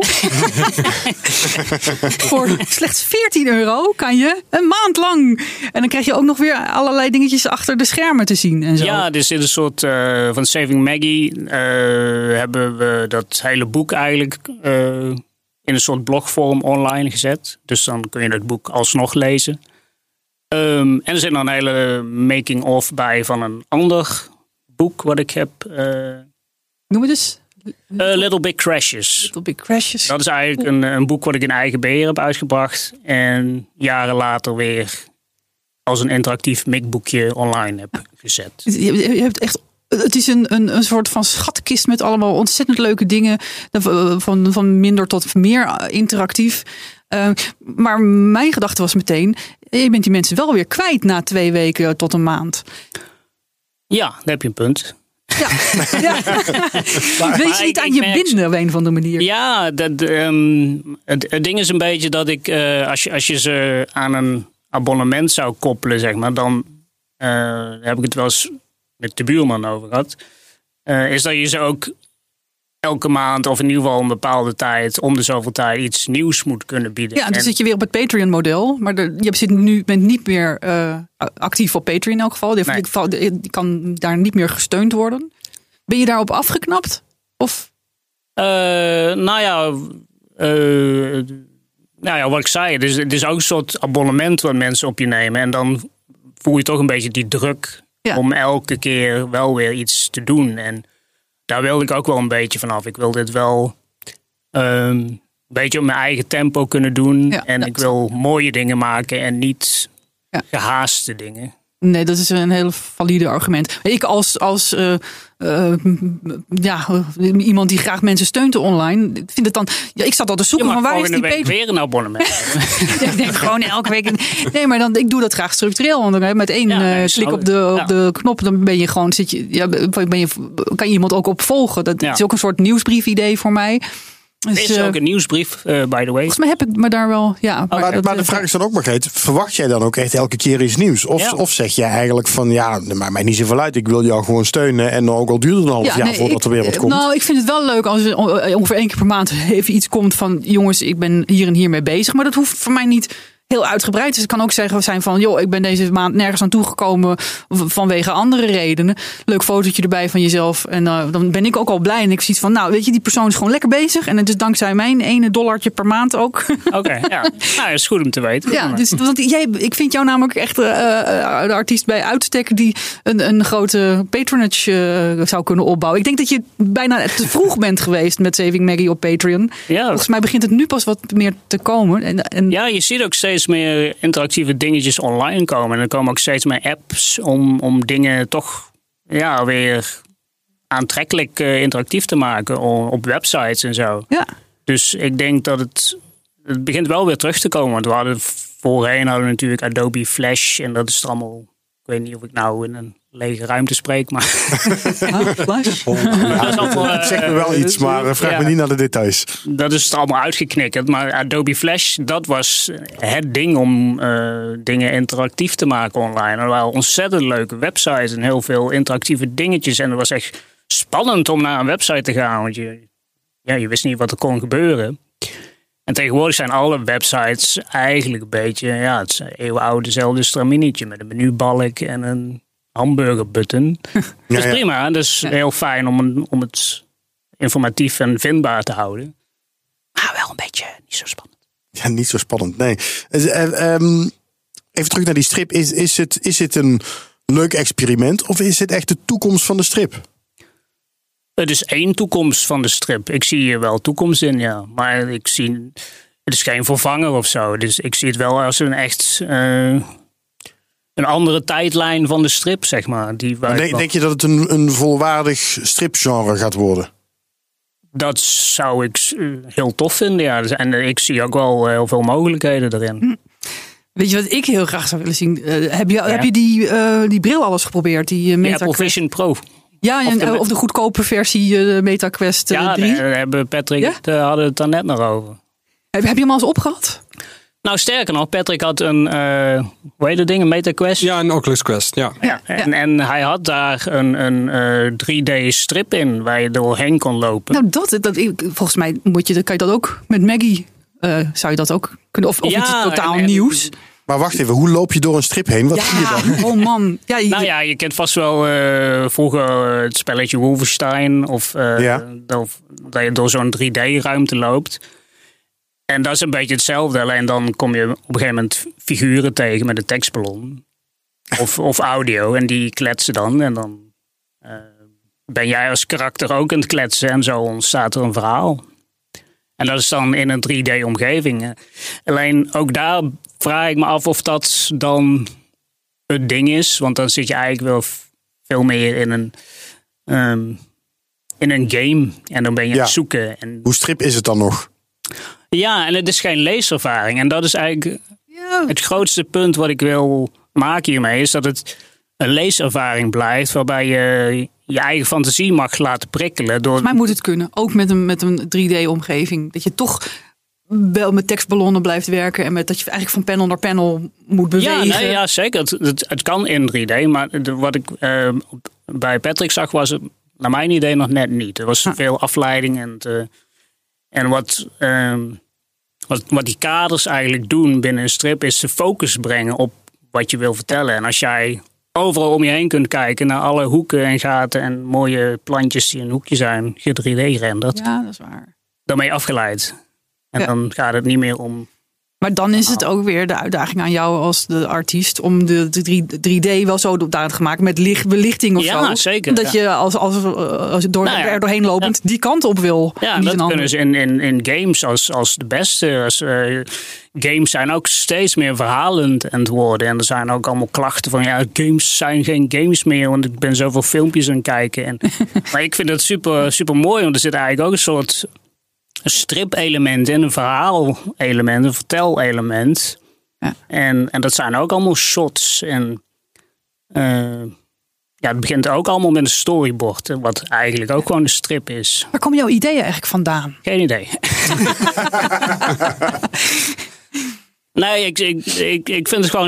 Speaker 3: Voor slechts €14 kan je een maand lang. En dan krijg je ook nog weer allerlei dingetjes achter de schermen te zien. En zo.
Speaker 2: Ja, dus in een soort van Saving Maggie hebben we dat hele boek eigenlijk in een soort blogvorm online gezet. Dus dan kun je het boek alsnog lezen. En er zit nog een hele making-of bij van een ander boek wat ik heb.
Speaker 3: Noem het eens.
Speaker 2: Little Big Crashes.
Speaker 3: Little Big Crashes.
Speaker 2: Dat is eigenlijk een boek wat ik in eigen beheer heb uitgebracht. En jaren later weer als een interactief MacBookje online heb gezet.
Speaker 3: Je hebt echt. Het is een soort van schatkist met allemaal ontzettend leuke dingen. Van minder tot meer interactief. Maar mijn gedachte was meteen, je bent die mensen wel weer kwijt na 2 weken tot een maand.
Speaker 2: Ja, daar heb je een punt.
Speaker 3: Ja. Weet je niet aan je binden op een of andere manier?
Speaker 2: Ja, het ding is een beetje dat ik, als je ze aan een abonnement zou koppelen, zeg maar, dan heb ik het wel eens met de buurman over gehad. Is dat je ze ook elke maand of in ieder geval een bepaalde tijd, om de zoveel tijd iets nieuws moet kunnen bieden.
Speaker 3: Ja, dan zit je weer op het Patreon-model. Maar je bent niet meer actief op Patreon in elk geval. Je kan daar niet meer gesteund worden. Ben je daarop afgeknapt? Of?
Speaker 2: Nou ja, wat ik zei. Het is ook een soort abonnement wat mensen op je nemen. En dan voel je toch een beetje die druk om elke keer wel weer iets te doen. En daar wilde ik ook wel een beetje vanaf. Ik wil dit wel een beetje op mijn eigen tempo kunnen doen. Ja, en ik wil mooie dingen maken en niet gehaaste dingen.
Speaker 3: Nee, dat is een heel valide argument. Ik als iemand die graag mensen steunt online, vind het dan. Ja, ik zat al te zoeken van waar is die
Speaker 2: week weer een abonnement.
Speaker 3: Ik denk gewoon elke week. Nee, maar ik doe dat graag structureel. Want dan met één klik op de knop, dan ben je gewoon kan je iemand ook opvolgen. Dat is ook een soort nieuwsbrief-idee voor mij.
Speaker 2: Dus, is ook een nieuwsbrief, by the way.
Speaker 3: Volgens mij heb ik me daar wel. Ja,
Speaker 1: maar de vraag is dan ook, Margreet, verwacht jij dan ook echt elke keer iets nieuws? Of zeg jij eigenlijk van, dat maakt mij niet zoveel uit. Ik wil jou gewoon steunen en ook al duurt het een half jaar voordat er weer wat komt.
Speaker 3: Nou, ik vind het wel leuk als er ongeveer 1 keer per maand even iets komt van, jongens, ik ben hier en hier mee bezig. Maar dat hoeft voor mij niet heel uitgebreid. Dus ik kan ook zijn van, ik ben deze maand nergens aan toegekomen vanwege andere redenen. Leuk fotootje erbij van jezelf. En dan ben ik ook al blij. En ik zie van, weet je, die persoon is gewoon lekker bezig. En het is dankzij mijn $1 per maand ook.
Speaker 2: Oké, ja. Nou, dat is goed om te weten.
Speaker 3: Ja, dus, want ik vind jou namelijk echt de artiest bij uitstek die een grote patronage zou kunnen opbouwen. Ik denk dat je bijna te vroeg bent geweest met Saving Maggie op Patreon. Ja. Volgens mij begint het nu pas wat meer te komen.
Speaker 2: Ja, je ziet ook steeds meer interactieve dingetjes online komen. En er komen ook steeds meer apps om dingen toch weer aantrekkelijk interactief te maken op websites en zo. Ja. Dus ik denk dat het begint wel weer terug te komen. Want voorheen hadden we natuurlijk Adobe Flash en dat is er allemaal. Ik weet niet of ik nou in een lege ruimte spreek, maar.
Speaker 3: Flash?
Speaker 1: Het zegt me wel iets, maar vraag me niet naar de details.
Speaker 2: Dat is er allemaal uitgeknikkerd. Maar Adobe Flash, dat was het ding om dingen interactief te maken online. Er waren ontzettend leuke websites en heel veel interactieve dingetjes. En het was echt spannend om naar een website te gaan. Want je wist niet wat er kon gebeuren. En tegenwoordig zijn alle websites eigenlijk een beetje, het is eeuwenoude dezelfde straminietje met een menubalk en een hamburgerbutton. Dat is prima, dat is heel fijn om het informatief en vindbaar te houden. Maar wel een beetje niet zo spannend.
Speaker 1: Ja, niet zo spannend, nee. Even terug naar die strip. Is het een leuk experiment of is het echt de toekomst van de strip?
Speaker 2: Het is één toekomst van de strip. Ik zie hier wel toekomst in, ja. Maar het is geen vervanger of zo. Dus ik zie het wel als een echt een andere tijdlijn van de strip, zeg maar.
Speaker 1: Denk je dat het een volwaardig stripgenre gaat worden?
Speaker 2: Dat zou ik heel tof vinden, ja. En ik zie ook wel heel veel mogelijkheden erin.
Speaker 3: Weet je wat ik heel graag zou willen zien? Heb je die bril alles geprobeerd? Die
Speaker 2: Apple Vision Pro.
Speaker 3: Ja, of de goedkope versie MetaQuest 3.
Speaker 2: Ja, Patrick hadden het daar net nog over.
Speaker 3: Heb je hem al eens opgehad?
Speaker 2: Nou, sterker nog, Patrick had een, hoe heet dat ding, een MetaQuest?
Speaker 6: Ja, een Oculus Quest, ja.
Speaker 2: En hij had daar een 3D-strip in waar je doorheen kon lopen.
Speaker 3: Nou, volgens mij kan je dat ook met Maggie. Zou je dat ook kunnen? Of iets totaal nieuws?
Speaker 1: Maar wacht even, hoe loop je door een strip heen? Wat zie je dan?
Speaker 3: Oh man. Ja,
Speaker 2: Je kent vast wel vroeger het spelletje Wolfenstein. Of dat je door zo'n 3D-ruimte loopt. En dat is een beetje hetzelfde. Alleen dan kom je op een gegeven moment figuren tegen met een tekstballon. Of audio. En die kletsen dan. En dan ben jij als karakter ook aan het kletsen. En zo ontstaat er een verhaal. En dat is dan in een 3D-omgeving. Alleen ook daar vraag ik me af of dat dan het ding is. Want dan zit je eigenlijk wel veel meer in een game. En dan ben je aan het zoeken. En
Speaker 1: hoe strip is het dan nog?
Speaker 2: Ja, en het is geen leeservaring. En dat is eigenlijk het grootste punt wat ik wil maken hiermee. Is dat het een leeservaring blijft. Waarbij je je eigen fantasie mag laten prikkelen.
Speaker 3: Volgens mij moet het kunnen. Ook met een 3D-omgeving. Dat je toch wel met tekstballonnen blijft werken. En dat je eigenlijk van panel naar panel moet bewegen.
Speaker 2: Ja, zeker. Het kan in 3D. Maar wat ik bij Patrick zag was het naar mijn idee nog net niet. Er was veel afleiding. En wat die kaders eigenlijk doen binnen een strip is de focus brengen op wat je wil vertellen. En als jij overal om je heen kunt kijken naar alle hoeken en gaten en mooie plantjes die in een hoekje zijn, ge-3D-renderd.
Speaker 3: Ja, dat is waar.
Speaker 2: Dan ben je afgeleid. En dan gaat het niet meer om...
Speaker 3: Maar dan is het ook weer de uitdaging aan jou als de artiest om de 3D wel zo daar gemaakt met belichting of zo.
Speaker 2: Ja, zeker.
Speaker 3: Dat je als er doorheen lopend die kant op wil.
Speaker 2: Ja, dat kunnen ze in games als de beste. Games zijn ook steeds meer verhalend aan het worden. En er zijn ook allemaal klachten van games zijn geen games meer. Want ik ben zoveel filmpjes aan het kijken. Maar ik vind dat super, super mooi. Want er zit eigenlijk ook een soort strip-element in, een verhaal-element, een vertel-element. Ja. En dat zijn ook allemaal shots. En het begint ook allemaal met een storyboard. Wat eigenlijk ook gewoon een strip is.
Speaker 3: Waar komen jouw ideeën eigenlijk vandaan?
Speaker 2: Geen idee. Nee, ik vind het gewoon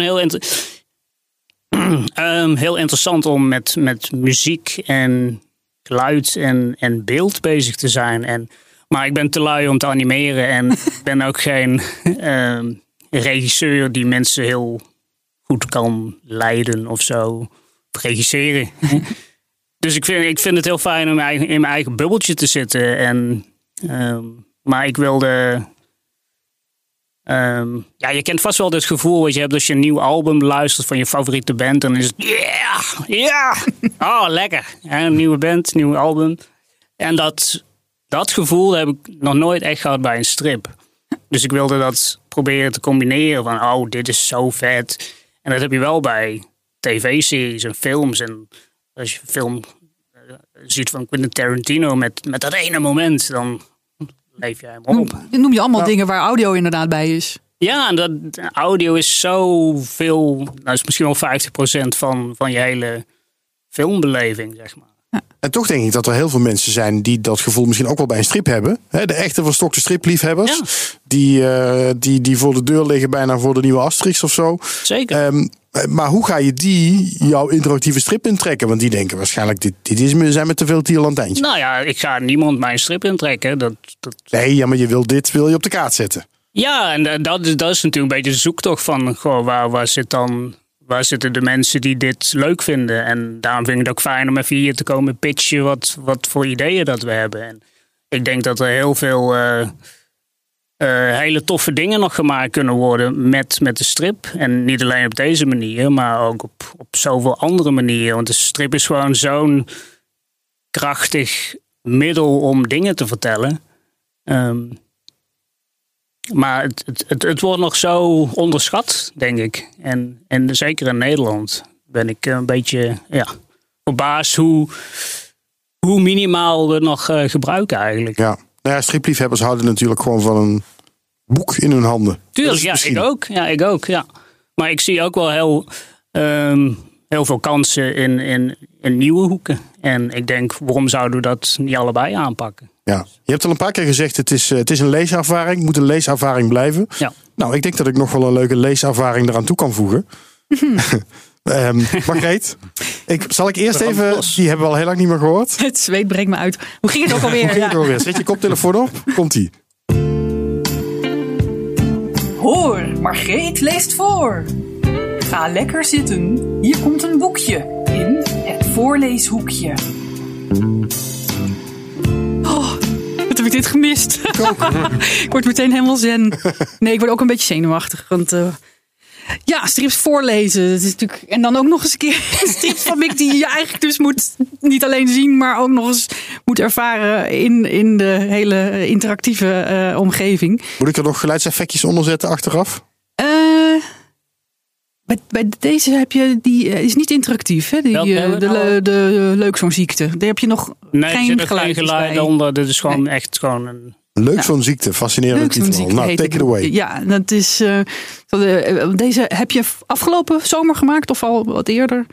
Speaker 2: heel interessant om met muziek en geluid en beeld bezig te zijn. Maar ik ben te lui om te animeren en ik ben ook geen regisseur die mensen heel goed kan leiden of zo. Of regisseren. Dus ik vind het heel fijn om in mijn eigen bubbeltje te zitten. Maar ik wilde... je kent vast wel dit gevoel wat je hebt als je een nieuw album luistert van je favoriete band. Dan is het oh lekker. Een nieuwe band, nieuw album. En dat gevoel heb ik nog nooit echt gehad bij een strip. Dus ik wilde dat proberen te combineren van dit is zo vet. En dat heb je wel bij tv-series en films. En als je een film ziet van Quentin Tarantino met dat ene moment, dan leef jij hem op.
Speaker 3: Noem je allemaal dingen waar audio inderdaad bij is?
Speaker 2: Ja, en dat audio is zoveel, dat is misschien wel 50% van je hele filmbeleving, zeg maar.
Speaker 1: Ja. En toch denk ik dat er heel veel mensen zijn die dat gevoel misschien ook wel bij een strip hebben. De echte verstokte stripliefhebbers. Ja. Die voor de deur liggen bijna voor de nieuwe Asterix of zo.
Speaker 2: Zeker.
Speaker 1: Maar hoe ga je jouw interactieve strip intrekken? Want die denken waarschijnlijk, zijn met te veel tierlantijntje.
Speaker 2: Nou ja, ik ga niemand mijn strip intrekken.
Speaker 1: Nee, maar wil je op de kaart zetten.
Speaker 2: Ja, en dat is natuurlijk een beetje de zoektocht van waar zitten de mensen die dit leuk vinden. En daarom vind ik het ook fijn om even hier te komen pitchen wat voor ideeën dat we hebben. En ik denk dat er heel veel hele toffe dingen nog gemaakt kunnen worden met de strip. En niet alleen op deze manier, maar ook op zoveel andere manieren. Want de strip is gewoon zo'n krachtig middel om dingen te vertellen. Maar het wordt nog zo onderschat, denk ik. En zeker in Nederland ben ik een beetje verbaasd hoe minimaal we nog gebruiken eigenlijk.
Speaker 1: Ja, stripliefhebbers houden natuurlijk gewoon van een boek in hun handen.
Speaker 2: Tuurlijk, ik ook. Ja. Maar ik zie ook wel heel veel kansen in nieuwe hoeken. En ik denk, waarom zouden we dat niet allebei aanpakken?
Speaker 1: Ja. Je hebt al een paar keer gezegd, het is een leeservaring. Moet een leeservaring blijven.
Speaker 2: Ja.
Speaker 1: Nou, ik denk dat ik nog wel een leuke leeservaring eraan toe kan voegen. Margreet, zal ik eerst even... Die hebben we al heel lang niet meer gehoord.
Speaker 3: Het zweet breekt me uit. Hoe ging het ook alweer?
Speaker 1: Hoe ging het alweer? Zet je koptelefoon op. Komt-ie.
Speaker 5: Hoor, Margreet leest voor. Ga lekker zitten. Hier komt een boekje in het voorleeshoekje.
Speaker 3: Oh, wat heb ik dit gemist? Ik word meteen helemaal zen. Nee, ik word ook een beetje zenuwachtig. Want strips voorlezen. Dat is natuurlijk, en dan ook nog eens een keer strips van Mick die je eigenlijk dus moet niet alleen zien, maar ook nog eens moet ervaren in de hele interactieve omgeving.
Speaker 1: Moet ik er nog geluidseffectjes onder zetten achteraf?
Speaker 3: Bij deze heb je, die is niet interactief, hè? De leukzoonziekte. Daar heb je nog geen geluidjes bij.
Speaker 2: Onder. Dit is gewoon echt gewoon een...
Speaker 1: Leukzoonziekte, fascinerend titel. Nou, take it away.
Speaker 3: Ja, dat is. Deze heb je afgelopen zomer gemaakt of al wat eerder?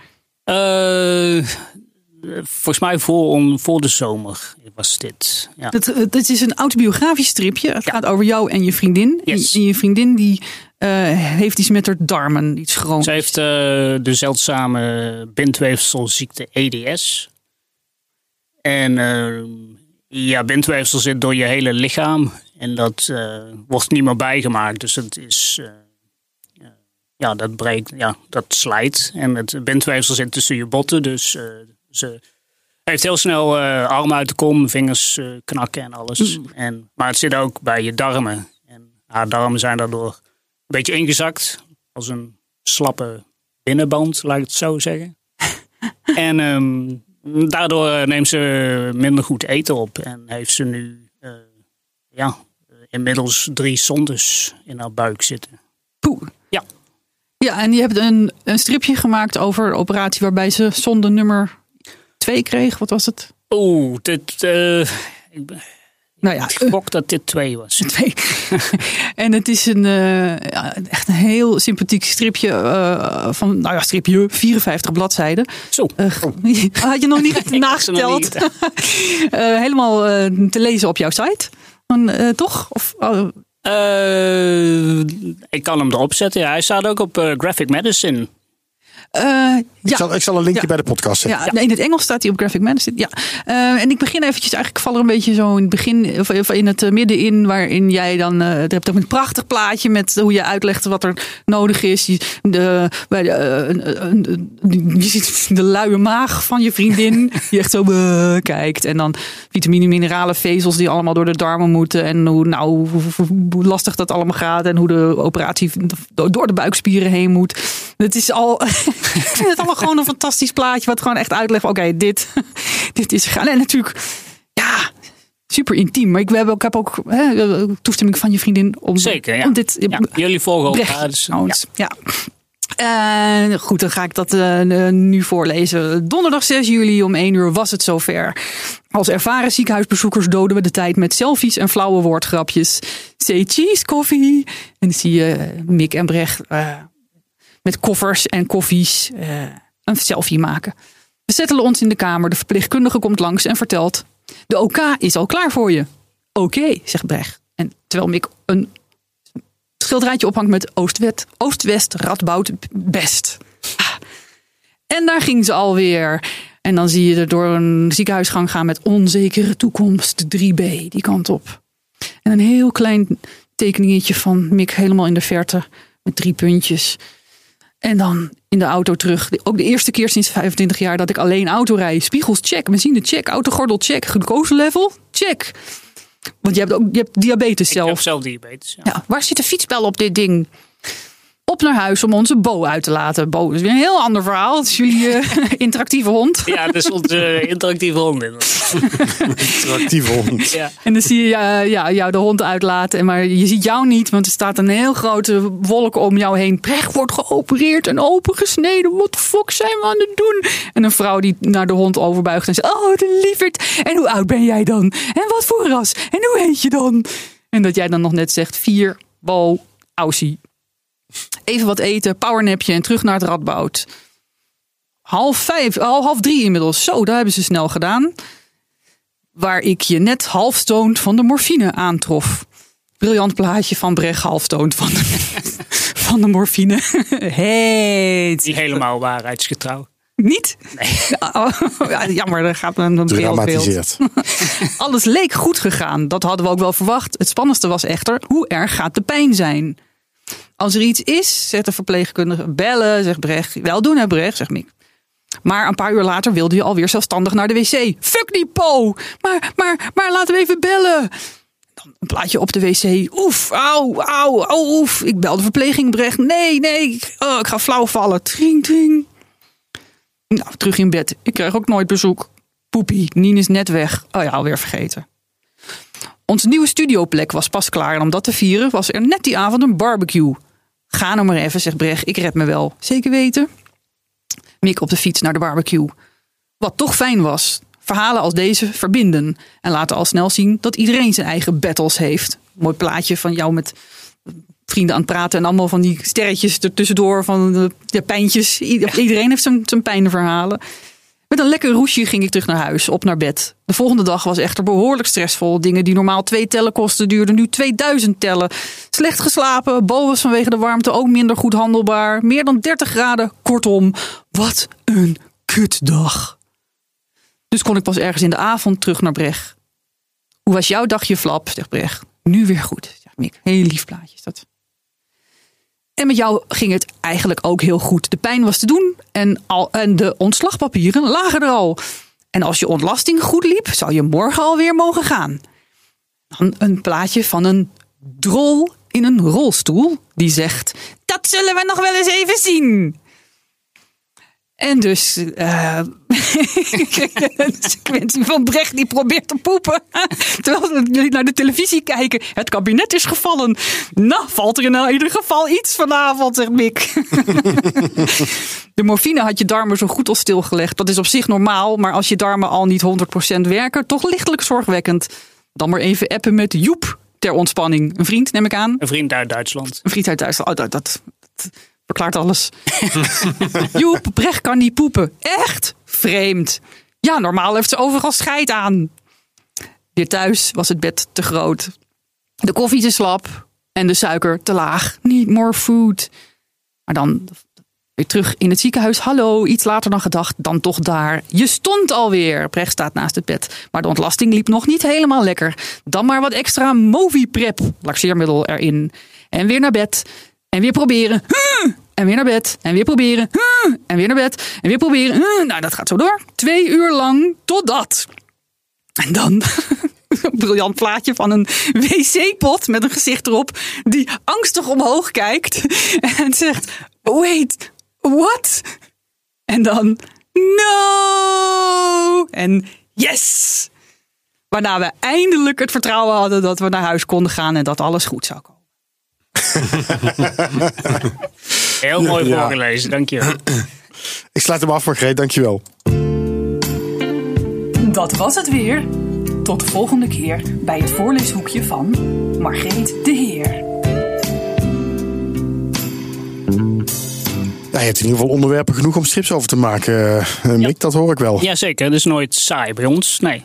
Speaker 2: Volgens mij voor de zomer was dit. Ja.
Speaker 3: Het is een autobiografisch stripje. Het gaat over jou en je vriendin.
Speaker 2: Yes.
Speaker 3: En je vriendin die heeft iets met haar darmen, iets chronisch.
Speaker 2: Ze heeft de zeldzame bindweefselziekte EDS. En bindweefsel zit door je hele lichaam. En dat wordt niet meer bijgemaakt. Dus het is... dat breekt, dat slijt. En het bindweefsel zit tussen je botten. Dus ze heeft heel snel armen uit de kom, vingers knakken en alles. Maar het zit ook bij je darmen. En haar darmen zijn daardoor een beetje ingezakt. Als een slappe binnenband, laat ik het zo zeggen. En daardoor neemt ze minder goed eten op. En heeft ze nu inmiddels 3 zondes in haar buik zitten.
Speaker 3: Poeh.
Speaker 2: Ja.
Speaker 3: Ja, en je hebt een stripje gemaakt over een operatie waarbij ze zonde nummer 2 kreeg. Wat was het?
Speaker 2: Oeh, dit... Ik gok dat dit 2 was.
Speaker 3: 2. En het is echt een heel sympathiek stripje stripje 54 bladzijden.
Speaker 2: Zo.
Speaker 3: Had je nog niet nageteld? Helemaal te lezen op jouw site. Toch? Of...
Speaker 2: ik kan hem erop zetten. Ja. Hij staat ook op Graphic Medicine.
Speaker 1: Ik zal een linkje bij de podcast zetten.
Speaker 3: Ja, in het Engels staat hij op Graphic Medicine. Ja. En ik begin eventjes, eigenlijk val er een beetje zo in het begin, of in het midden in, waarin jij dan, je hebt ook een prachtig plaatje met hoe je uitlegt wat er nodig is. Je ziet de luie maag van je vriendin, die echt zo kijkt. En dan vitamine, mineralen, vezels die allemaal door de darmen moeten. En hoe lastig dat allemaal gaat. En hoe de operatie door de buikspieren heen moet. Het is al... Ik vind het allemaal gewoon een fantastisch plaatje. Wat gewoon echt uitlegt. Oké, dit is gegaan. En natuurlijk, super intiem. Maar ik heb ook toestemming van je vriendin om...
Speaker 2: Zeker, ja.
Speaker 3: Om dit,
Speaker 2: jullie volgen elkaar.
Speaker 3: Goed, dan ga ik dat nu voorlezen. Donderdag 6 juli om 1 uur was het zover. Als ervaren ziekenhuisbezoekers doden we de tijd met selfies en flauwe woordgrapjes. Say cheese, koffie. En dan zie je Mick en Brecht... met koffers en koffies een selfie maken. We zettelen ons in de kamer. De verpleegkundige komt langs en vertelt... De OK is al klaar voor je. Oké, zegt Brecht. En terwijl Mick een schilderijtje ophangt met Oost-West, Radboud, Best. En daar ging ze alweer. En dan zie je er door een ziekenhuisgang gaan met onzekere toekomst. 3B, die kant op. En een heel klein tekeningetje van Mick helemaal in de verte. Met 3 puntjes. En dan in de auto terug. Ook de eerste keer sinds 25 jaar dat ik alleen auto rijd. Spiegels, check. Benzine, check. Autogordel, check. Glucose level, check. Want je hebt diabetes zelf.
Speaker 2: Ik heb zelf diabetes,
Speaker 3: ja. Waar zit de fietsbel op dit ding? Op naar huis om onze Bo uit te laten. Bo is weer een heel ander verhaal. Het is jullie interactieve hond.
Speaker 2: Ja, dat is onze interactieve hond.
Speaker 1: Interactieve hond.
Speaker 3: Ja. En dan zie je jou de hond uitlaten. Maar je ziet jou niet, want er staat een heel grote wolk om jou heen. Brecht wordt geopereerd en opengesneden. Wat de fuck zijn we aan het doen? En een vrouw die naar de hond overbuigt en zegt... Oh, de lieverd. En hoe oud ben jij dan? En wat voor ras? En hoe heet je dan? En dat jij dan nog net zegt... 4, Bo, Aussie. Even wat eten, powernapje en terug naar het Radboud. 2:30 inmiddels. Zo, dat hebben ze snel gedaan. waar ik je net halfstoned van de morfine aantrof. Briljant plaatje van Brecht, halfstoned van de morfine. Heet.
Speaker 2: Niet helemaal waarheidsgetrouw.
Speaker 3: Niet? Nee. Ja, jammer, daar gaat een beeld.
Speaker 1: Dramatiseerd.
Speaker 3: Alles leek goed gegaan. Dat hadden we ook wel verwacht. Het spannendste was echter, hoe erg gaat de pijn zijn? Als er iets is, zegt de verpleegkundige, bellen, zegt Brecht. Wel doen, hè Brecht, zegt Mick. Maar een paar uur later wilde je alweer zelfstandig naar de wc. Fuck die po! Maar laten we even bellen. Dan een plaatje op de wc. Oef, au, oef. Ik bel de verpleging, Brecht. Nee, ik ga flauw vallen. Tring, tring. Nou, terug in bed. Ik krijg ook nooit bezoek. Poepie, Nien is net weg. Oh ja, alweer vergeten. Onze nieuwe studioplek was pas klaar. En om dat te vieren was er net die avond een barbecue. Ga nou maar even, zegt Brecht. Ik red me wel. Zeker weten. Mick op de fiets naar de barbecue. Wat toch fijn was. Verhalen als deze verbinden. En laten al snel zien dat iedereen zijn eigen battles heeft. Mooi plaatje van jou met vrienden aan het praten. En allemaal van die sterretjes ertussendoor. Van de pijntjes. Iedereen heeft zijn pijnverhalen. Met een lekker roesje ging ik terug naar huis. Op naar bed. De volgende dag was echter behoorlijk stressvol. Dingen die normaal 2 tellen kosten duurden nu 2000 tellen. Slecht geslapen. Bo was vanwege de warmte ook minder goed handelbaar. Meer dan 30 graden. Kortom, wat een kutdag. Dus kon ik pas ergens in de avond terug naar Brecht. Hoe was jouw dagje, Flap? Zegt Brecht. Nu weer goed, zegt Mick. Heel lief plaatje is dat. En met jou ging het eigenlijk ook heel goed. De pijn was te doen en de ontslagpapieren lagen er al. En als je ontlasting goed liep, zou je morgen alweer mogen gaan. Dan een plaatje van een drol in een rolstoel. Die zegt, dat zullen we nog wel eens even zien. En dus een sequentie van Brecht die probeert te poepen. Terwijl jullie naar de televisie kijken. Het kabinet is gevallen. Nou, valt er in ieder geval iets vanavond, zegt Mick. De morfine had je darmen zo goed als stilgelegd. Dat is op zich normaal, maar als je darmen al niet 100% werken, toch lichtelijk zorgwekkend. Dan maar even appen met Joep ter ontspanning. Een vriend, neem ik aan.
Speaker 2: Een vriend uit Duitsland.
Speaker 3: Een vriend uit Duitsland. Oh, dat verklaart alles. Joep, Brecht kan niet poepen. Echt? Vreemd. Ja, normaal heeft ze overal scheid aan. Weer thuis was het bed te groot. De koffie te slap. En de suiker te laag. Need more food. Maar dan weer terug in het ziekenhuis. Hallo, iets later dan gedacht. Dan toch daar. Je stond alweer. Brecht staat naast het bed. Maar de ontlasting liep nog niet helemaal lekker. Dan maar wat extra Moviprep. Laxeermiddel erin. En weer naar bed. En weer proberen. En weer naar bed. En weer proberen. En weer naar bed. En weer proberen. Nou, dat gaat zo door. 2 uur lang. Totdat. En dan een briljant plaatje van een wc-pot met een gezicht erop. Die angstig omhoog kijkt. En zegt, wait, what? En dan, no! En yes! Waarna we eindelijk het vertrouwen hadden dat we naar huis konden gaan en dat alles goed zou komen.
Speaker 2: Heel mooi voorgelezen, dankjewel.
Speaker 1: Ik sluit hem af, Margreet, dankjewel.
Speaker 5: Dat was het weer. Tot de volgende keer bij het voorleeshoekje van Margreet de Heer.
Speaker 1: Ja, je hebt in ieder geval onderwerpen genoeg om strips over te maken, Mick, dat hoor ik wel.
Speaker 2: Jazeker, dat is nooit saai bij ons. Nee.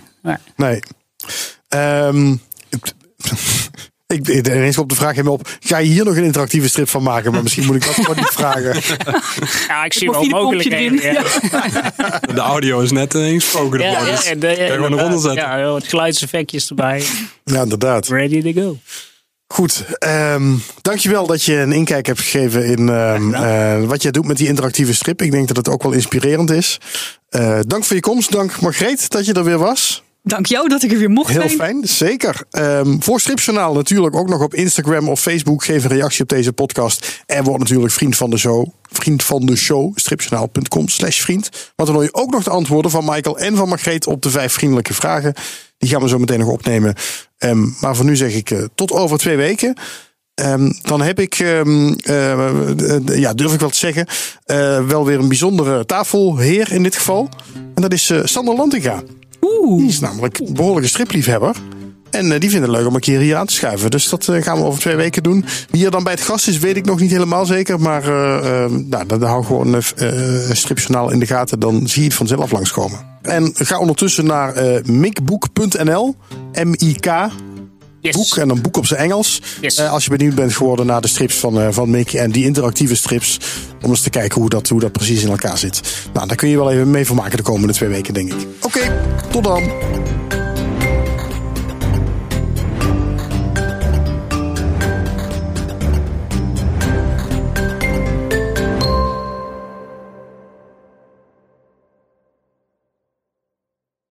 Speaker 2: Ik ineens op de vraag helemaal op. Ga je hier nog een interactieve strip van maken? Maar misschien moet ik dat gewoon niet vragen. Ja, ik zie wel mogelijkheden. Ja.
Speaker 6: De audio is net ingesproken.
Speaker 2: Ja,
Speaker 6: kan je gewoon eronder zetten.
Speaker 2: Ja, wat geluidseffectjes erbij.
Speaker 1: Ja, inderdaad.
Speaker 2: Ready to go.
Speaker 1: Goed, dankjewel dat je een inkijk hebt gegeven in wat jij doet met die interactieve strip. Ik denk dat het ook wel inspirerend is. Dank voor je komst. Dank Margreet dat je er weer was.
Speaker 3: Dank jou dat ik er weer mocht zijn.
Speaker 1: Heel fijn, zeker. Voor Stripjournaal natuurlijk ook nog op Instagram of Facebook. Geef een reactie op deze podcast. En word natuurlijk vriend van de show. Stripjournaal.com/vriend. Want dan hoor je ook nog de antwoorden van Michael en van Margreet op de 5 vriendelijke vragen. Die gaan we zo meteen nog opnemen. Maar voor nu zeg ik tot over 2 weken. Dan heb ik, durf ik wel te zeggen, wel weer een bijzondere tafelheer in dit geval. En dat is Sander Lantinga. Die is namelijk een behoorlijke stripliefhebber. En die vinden het leuk om een keer hier aan te schuiven. Dus dat gaan we over 2 weken doen. Wie hier dan bij het gast is, weet ik nog niet helemaal zeker. Maar dan hou gewoon een Stripjournaal in de gaten. Dan zie je het vanzelf langskomen. En ga ondertussen naar mikboek.nl. MIK.
Speaker 2: Yes.
Speaker 1: Boek en een boek op zijn Engels.
Speaker 2: Yes.
Speaker 1: Als je benieuwd bent geworden naar de strips van Mick en die interactieve strips. Om eens te kijken hoe dat precies in elkaar zit. Nou, daar kun je wel even mee vermaken de komende 2 weken, denk ik. Oké, tot dan.